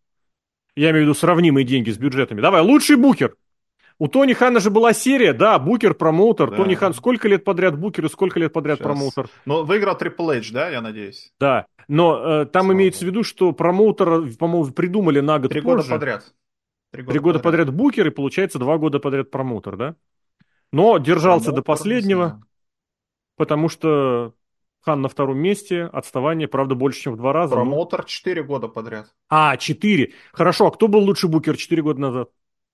Я имею в виду сравнимые деньги с бюджетами. Давай, лучший букер. У Тони Хана же была серия, да, букер, промоутер. Тони Хан Да. сколько лет подряд букер и сколько лет подряд Сейчас. промоутер? Но выиграл Triple H, да, я надеюсь? Да, но э, там Слава имеется в богу. виду, что промоутера, по-моему, придумали на год Три года позже. подряд. Три Три года года подряд. подряд букер и получается два года подряд промоутер, да? Но держался до Промоутер, не последнего, знаю. потому что Хан на втором месте, отставание, правда, больше, чем в два раза, но... Промоутер четыре года подряд. А, четыре. Хорошо, а кто был лучший букер четыре года назад?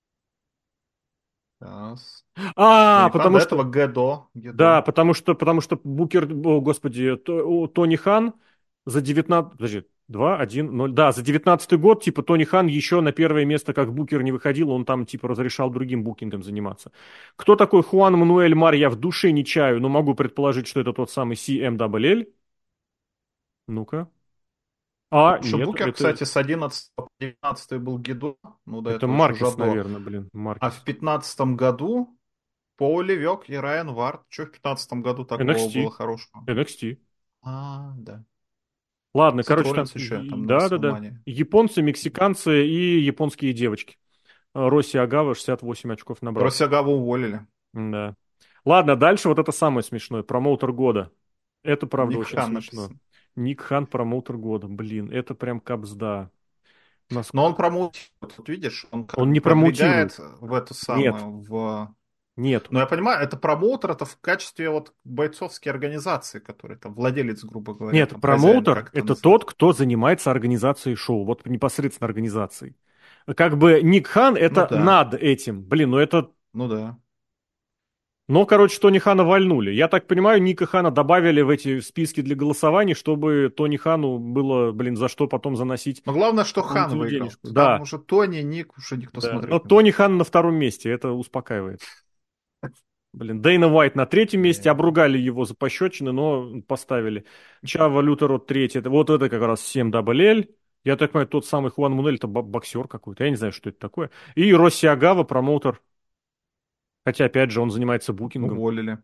Раз. А, Тони Хан, потому до что этого Гэдо. да, Гэдо. потому что, потому что Букер, о, господи, То- о, Тони Хан за девятнадцать, подожди, два, один, ноль, да, за девятнадцатый год, типа, Тони Хан еще на первое место как Букер не выходил, он там, типа, разрешал другим букингом заниматься. Кто такой Хуан Мануэль Мар, я в душе не чаю, но могу предположить, что это тот самый си эм дабл эл. Ну-ка. А, Лучший нет, букер, это, кстати, с одиннадцатого по девятнадцатый был Гидо, ну до это этого еще Маркес, Жадо. наверное, блин, А в Маркес. пятнадцатом году Пол Левек и Райан Вард. Что в пятнадцатом году такого было Эн Экс Ти. хорошего? Эн Экс Ти. А, да. Ладно, Сет короче, там, Роллинс еще там на да-да-да. Расселмане. Японцы, мексиканцы и японские девочки. А, Росси Агава шестьдесят восемь очков набрал. Росягаву уволили. Да. Ладно, дальше вот это самое смешное. Промоутер года. Это, правда, Ник очень Хан смешно. написано. Ник Хан, промоутер года. Блин, это прям капсда. Нас... Но он промоутирует, вот видишь, он как Он бы не промоутирует. продвигает в эту Нет, самую, в... нет. Но я понимаю, это промоутер, это в качестве вот бойцовской организации, который там владелец, грубо говоря, Нет, там хозяин, промоутер– как это это называется. тот, кто занимается организацией шоу. Вот непосредственно организацией. Как бы Ник Хан– Ну это да, над этим. Блин, ну это... ну да. Но, короче, Тони Хана вальнули. Я так понимаю, Ника Хана добавили в эти списки для голосований, чтобы Тони Хану было, блин, за что потом заносить Но главное, что Хан дополнительную выиграл. денежку. Там Да, уже Тони, Ник, уже никто да. Но смотреть не будет. Тони Хан на втором месте, это успокаивает. Блин, Дэйна Уайт на третьем месте, Не. обругали его за пощечины, но поставили. Чава Лютеро третий, это, вот это как раз семь дабл эль. Я так понимаю, тот самый Хуан Мунель, это бо- боксер какой-то, я не знаю, что это такое. И Росси Агава, промоутер, хотя, опять же, он занимается букингом. Уволили.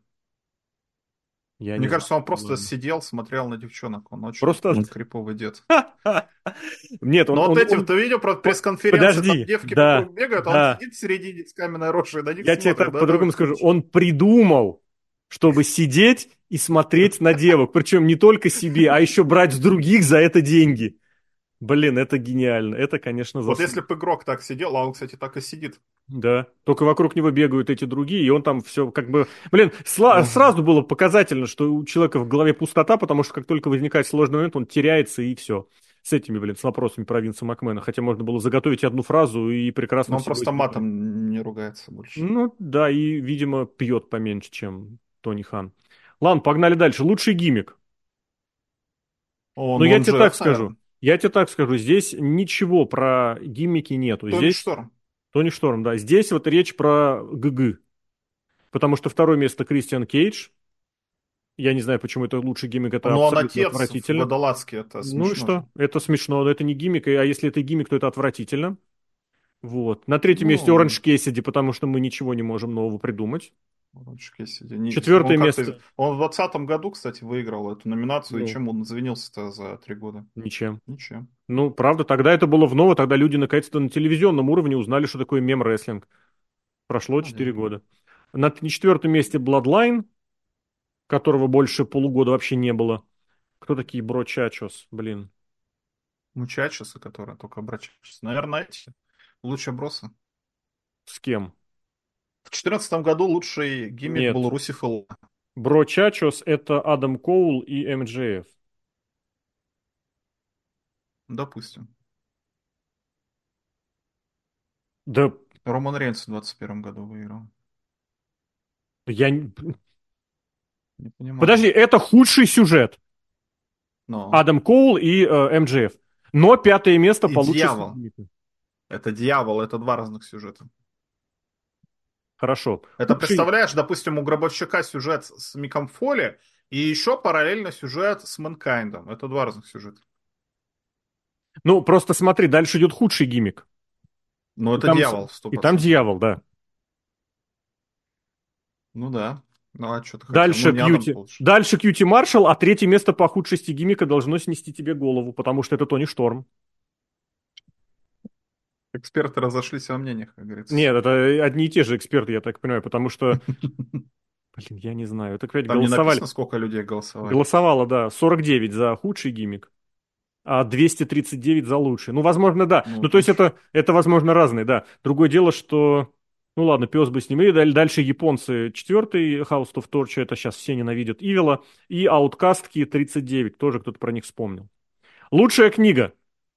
Я Мне не знаю. кажется, он Ну, просто ладно. сидел, смотрел на девчонок. Он очень Просто... криповый дед. Нет, он, Но вот он, эти, он... ты видел про он- пресс-конференции, там Подожди, девки да, вокруг бегают, а он да. сидит в середине с каменной рожей, на них Я тебе смотрит. так Да, это по-другому очень скажу. смешно. Он придумал, чтобы сидеть и смотреть на девок. Причем не только себе, а еще брать с других за это деньги. Блин, это гениально. Это, конечно, Вот заслуга. если бы игрок так сидел, а он, кстати, так и сидит. Да. Только вокруг него бегают эти другие, и он там все как бы... Блин, сла- Да. сразу было показательно, что у человека в голове пустота, потому что как только возникает сложный момент, он теряется, и все. С этими, блин, с вопросами про Винса Макмена. Хотя можно было заготовить одну фразу и прекрасно Но он всего просто избежать. матом не ругается больше. Ну, да, и, видимо, пьет поменьше, чем Тони Хан. Ладно, погнали дальше. Лучший гиммик. О, Но ну я он тебе так Джефф, скажу. наверное. Я тебе так скажу. Здесь ничего про гиммики нету. Тони Здесь Шторм. Тони Шторм, да. Здесь вот речь про ГГ. Потому что второе место Кристиан Кейдж. Я не знаю, почему это лучший гиммик. Это Ну, он абсолютно отец в отвратительно. водолазке, это Ну и смешно же. что? Это смешно. Но это не гиммик. А если это гиммик, то это отвратительно. Вот. На третьем месте Ну, Оранж Кэссиди, потому что мы ничего не можем нового придумать. Лучше Кэссиди. Не- Он Четвертое как-то... из- место. Он в двадцатом году, кстати, выиграл эту номинацию, и Ну, чем он извинился-то за три года? ничем. Ничем. Ну, правда, тогда это было в ново, тогда люди наконец-то на телевизионном уровне узнали, что такое мем-рестлинг. Прошло Ну, четыре видимо. года. На т- четвертом месте Bloodline, которого больше полугода вообще не было. Кто такие Бро Чачос, блин? Мучачеса, который только обращается. Наверное, эти. Лучшие бросы. С кем? В четырнадцатом году лучший гиммик был Нет. Русиф Элла. Бро Чачос это Адам Коул и эм джей эф. Допустим. Да, Роман Рейнс в двадцать первом году выиграл. я... не- Не понимаю. Подожди, это худший сюжет. Но. Адам Коул и э, эм джей эф. Но пятое место И по лучшести дьявол. гиммика. Это дьявол, это два разных сюжета. Хорошо. Это Худший... представляешь, допустим, у Гробовщика сюжет с Миком Фоли, и еще параллельно сюжет с Мэнкайндом. Это два разных сюжета. Ну, просто смотри, дальше идет худший гиммик. Но И это там, с- дьявол, сто и там процентов. дьявол, да. Ну да. Ну а что ты хотел? Ну Дальше не Адам Кьюти. Коул. Дальше Кьюти Маршалл, а третье место по худшести гиммика должно снести тебе голову, потому что это Тони Шторм. Эксперты разошлись во мнениях, как говорится. Нет, это одни и те же эксперты, я так понимаю, потому что, блин, я не знаю, это опять Там не голосовали. написано, сколько людей голосовали. Голосовало, да, сорок девять за худший гиммик, а двести тридцать девять за лучший. Ну, возможно, да. Ну, Ну, то есть видишь. это, это возможно, разные, да. Другое дело, что, ну ладно, пес бы с ним. И даль- дальше японцы четвертый, House of Torture, это сейчас все ненавидят Ивила, и Ауткастки тридцать девять, тоже кто-то про них вспомнил. Лучшая книга.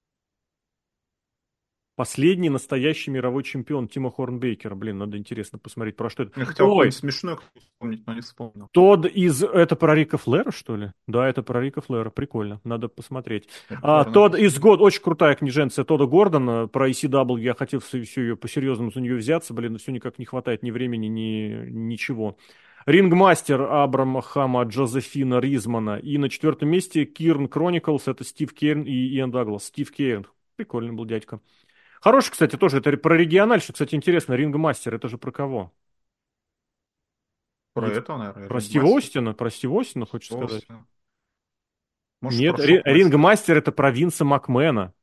Последний настоящий мировой чемпион Тима Хорнбейкера. Блин, надо интересно посмотреть, про что это. Я хотел Ой, какой-нибудь смешной вспомнить, но не вспомнил. Тодд из... Это про Рика Флера, что ли? Да, это про Рика Флера. Прикольно. Надо посмотреть. А, Флэр Тодд из написано. год... Очень крутая книженция Тодда Гордона про и си дабл ю. Я хотел все, все ее по-серьезному за нее взяться. Блин, все никак не хватает ни времени, ни ничего. Рингмастер Абрахама Джозефина Ризмана. И на четвертом месте Кирн Chronicles, это Стив Кейн и Иэн Даглас. Стив Кейн, прикольный был дядька. Хороший, кстати, тоже, это про региональщик, кстати, интересно, Рингмастер, это же про кого? Про Или этого, наверное, про Стива Рингмастер. Остина? Про Стива Остина, хочешь сказать? Остина. Может, Нет, про Ри- Шокмастер. Рингмастер это про Винса Макмена.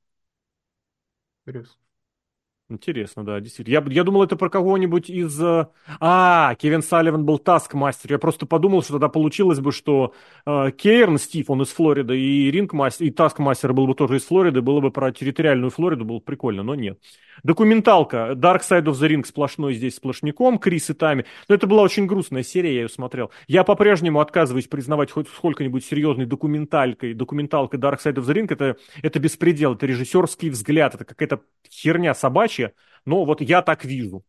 Интересно. Интересно, да, действительно. Я, б- я думал, это про кого-нибудь из... э, А, Кевин Салливан был Таскмастер. Я просто подумал, что тогда получилось бы, что э, Кейрн Стив, он из Флориды, и Рингмастер, и Таскмастер был бы тоже из Флориды, было бы про территориальную Флориду, было бы прикольно, но нет. Документалка. Dark Side of the Ring сплошной здесь сплошняком, Крис и Тами. Но это была очень грустная серия, я ее смотрел. Я по-прежнему отказываюсь признавать хоть сколько-нибудь серьезной документалькой. Документалкой Dark Side of the Ring это, это беспредел, это режиссерский взгляд, это какая-то херня собачья, но вот я так вижу.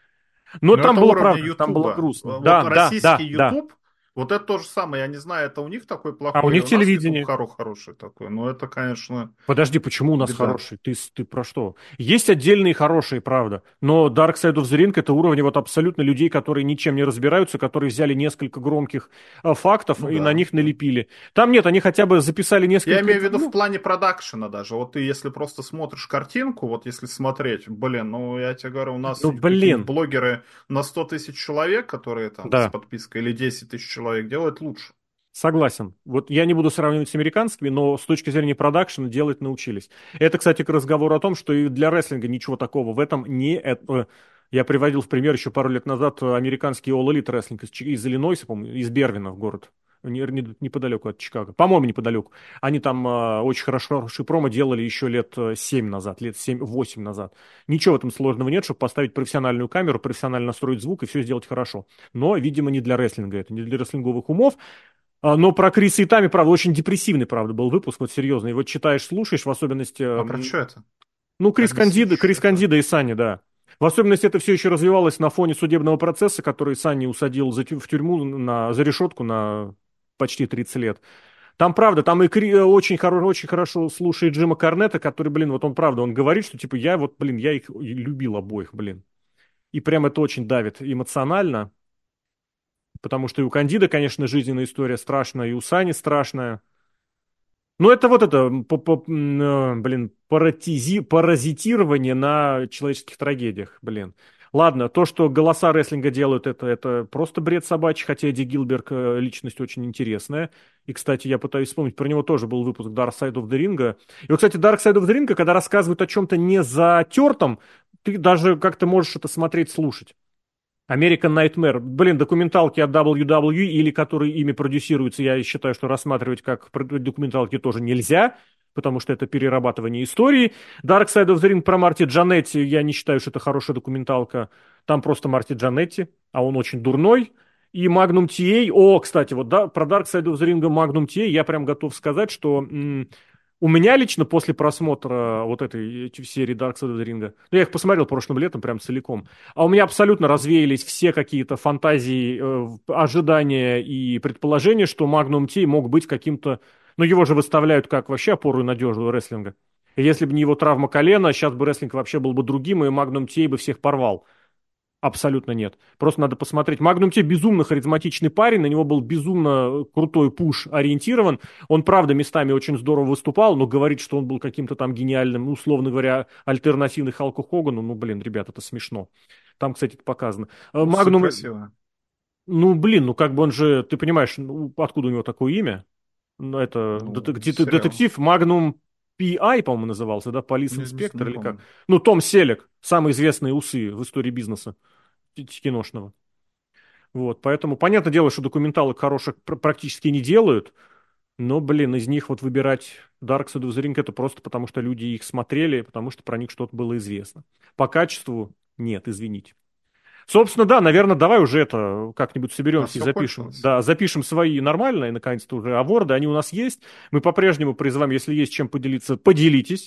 Но Но там это было уровня правда, там было Ютуба. грустно. Вот Да, да, российский да, да. Ютуб, вот это то же самое. Я не знаю, это у них такой А у плохой или них у нас Ютуб телевидение. хоро- хороший такой. Но это, конечно, Подожди, почему у нас беда. хороший? Ты, с- ты про что? Есть отдельные хорошие, правда. Но Dark Side of the Ring это уровень вот абсолютно людей, которые ничем не разбираются, которые взяли несколько громких э, фактов Ну и на да, них да. налепили. Там нет, они хотя бы записали Я несколько имею в виду в интервью. плане продакшена даже. Вот ты, если просто смотришь картинку, вот если смотреть, блин, ну я тебе говорю, у нас Ну, какие-нибудь блин. блогеры на сто тысяч человек, которые там с Да. подпиской, или десять тысяч человек, делают лучше. Согласен. Вот я не буду сравнивать с американскими, но с точки зрения продакшена делать научились. Это, кстати, к разговору о том, что и для рестлинга ничего такого в этом не... это- Я приводил в пример еще пару лет назад американский All Elite рестлинг из, Чи- из Иллинойса, по-моему, из Бервина в город. Не- не- Неподалеку от Чикаго. По-моему, неподалеку. Они там э, очень хорошо, хороший промо делали еще лет э, семь назад, лет семь-восемь назад. Ничего в этом сложного нет, чтобы поставить профессиональную камеру, профессионально настроить звук и все сделать хорошо. Но, видимо, не для рестлинга это, не для рестлинговых умов. А, Но про Криса и Тами, правда, очень депрессивный, правда, был выпуск, вот серьезно. Его читаешь, слушаешь, в особенности... А про м, что это? Ну, Крис Кандида, Объяснишь Крис это? Кандида и Санни, да. В особенности это все еще развивалось на фоне судебного процесса, который Санни усадил за тю- в тюрьму, на, за решетку на почти тридцать лет. Там, правда, там и Кри- э, очень, хоро- очень хорошо слушает Джима Корнета, который, блин, вот он, правда, он говорит, что, типа, я вот, блин, я их любил обоих, блин. И прям это очень давит эмоционально, потому что и у Кандида, конечно, жизненная история страшная, и у Сани страшная. Ну, это вот это, м, по- по- м, э, блин, паратизи, паразитирование на человеческих трагедиях, блин. Ладно, то, что голоса рестлинга делают, это, это просто бред собачий, хотя Эдди Гилберг э, личность очень интересная. И, кстати, я пытаюсь вспомнить, про него тоже был выпуск Dark Side of the Ring. И вот, кстати, Dark Side of the Ring, когда рассказывают о чем-то не затертом, ты даже как-то можешь это смотреть, слушать. American Nightmare. Блин, документалки от дабл ю дабл ю и, или которые ими продюсируются, я считаю, что рассматривать как про- документалки тоже нельзя, потому что это перерабатывание истории. Dark Side of the Ring про Марти Джанетти, я не считаю, что это хорошая документалка. Там просто Марти Джанетти, а он очень дурной. И Magnum ти эй. О, кстати, вот да, про Dark Side of the Ring Magnum ти эй я прям готов сказать, что м, у меня лично после просмотра вот этой э, серии Dark Side of the Ring, ну, я их посмотрел прошлым летом прям целиком, а у меня абсолютно развеялись все какие-то фантазии, э, ожидания и предположения, что Magnum ти эй мог быть каким-то... Ну, его же выставляют как вообще опору и надежду рестлинга. И если бы не его травма колена, сейчас бы рестлинг вообще был бы другим, и Magnum ти эй бы всех порвал. Абсолютно нет. Просто надо посмотреть. Магнум Те безумно харизматичный парень, на него был безумно крутой пуш ориентирован. Он, правда, местами очень здорово выступал, но говорит, что он был каким-то там гениальным, ну, условно говоря, альтернативный Халку Хогану, ну, блин, ребят, это смешно. Там, кстати, это показано. Э, Усы Магнум, красивые. ну, блин, ну, как бы он же, ты понимаешь, ну, откуда у него такое имя? Ну, это Ну, дет- из дет- сериала. детектив Магнум пи ай, по-моему, назывался, да, Police Не, не, Inspector не или как? помню. Ну, Том Селек, самые известные усы в истории бизнеса киношного. Вот, поэтому понятное дело, что документалок хороших пр- практически не делают, но, блин, из них вот выбирать Dark Side of the Ring это просто потому, что люди их смотрели, потому что про них что-то было известно. По качеству нет, извините. Собственно, да, наверное, давай уже это как-нибудь А соберемся и все запишем. кончилось? Да, запишем свои нормальные, наконец-то, уже аворды, они у нас есть. Мы по-прежнему призываем, если есть чем поделиться, поделитесь.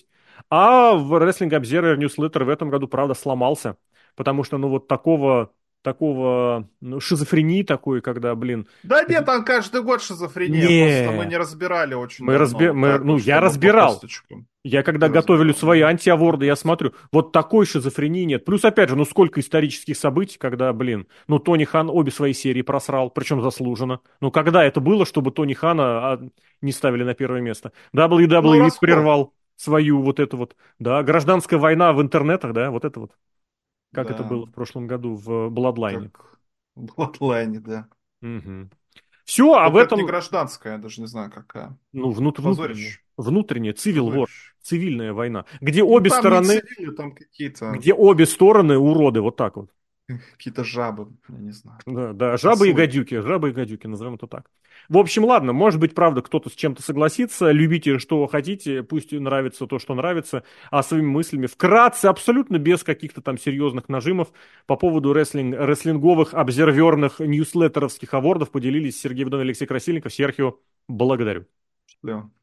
А в Wrestling Observer Newsletter в этом году, правда, сломался, потому что, ну, вот такого, такого, ну, шизофрении такой, когда, блин, Да нет, там каждый год шизофрения. Просто мы не, не разбирали очень мы, разби... давно. мы, Так ну, вот, я чтобы по разбирал. косточкам. Я когда ты готовлю разбирал, свои да? антиаворды, я Прекрасно. смотрю, вот такой шизофрении нет. Плюс, опять же, ну сколько исторических событий, когда, блин, ну Тони Хан обе свои серии просрал, причем заслуженно. Ну когда это было, чтобы Тони Хана а, не ставили на первое место? дабл ю дабл Ну, ю и раскол, прервал свою вот эту вот, да, гражданская война в интернетах, да, вот это вот, как это да, было в прошлом году в Бладлайне. как в Bloodline, да. Все, а в Только это не этом, гражданская, я даже не знаю, какая. ну, внут- внутренняя, Позорище. внутренняя, civil war, Позорище. цивильная война, где Ну, обе там не стороны, цивилы, там какие-то где обе стороны уроды, вот так вот. какие-то жабы, я не знаю. Да, да, жабы и Ослы. гадюки, жабы и гадюки, назовем это так. В общем, ладно, может быть, правда, кто-то с чем-то согласится, любите, что хотите, пусть нравится то, что нравится, а своими мыслями вкратце, абсолютно без каких-то там серьезных нажимов по поводу рестлинг, рестлинговых, обзерверных, ньюслеттеровских авордов поделились Сергей Вдовин и Алексей Красильников. Серхио, благодарю. Счастливо.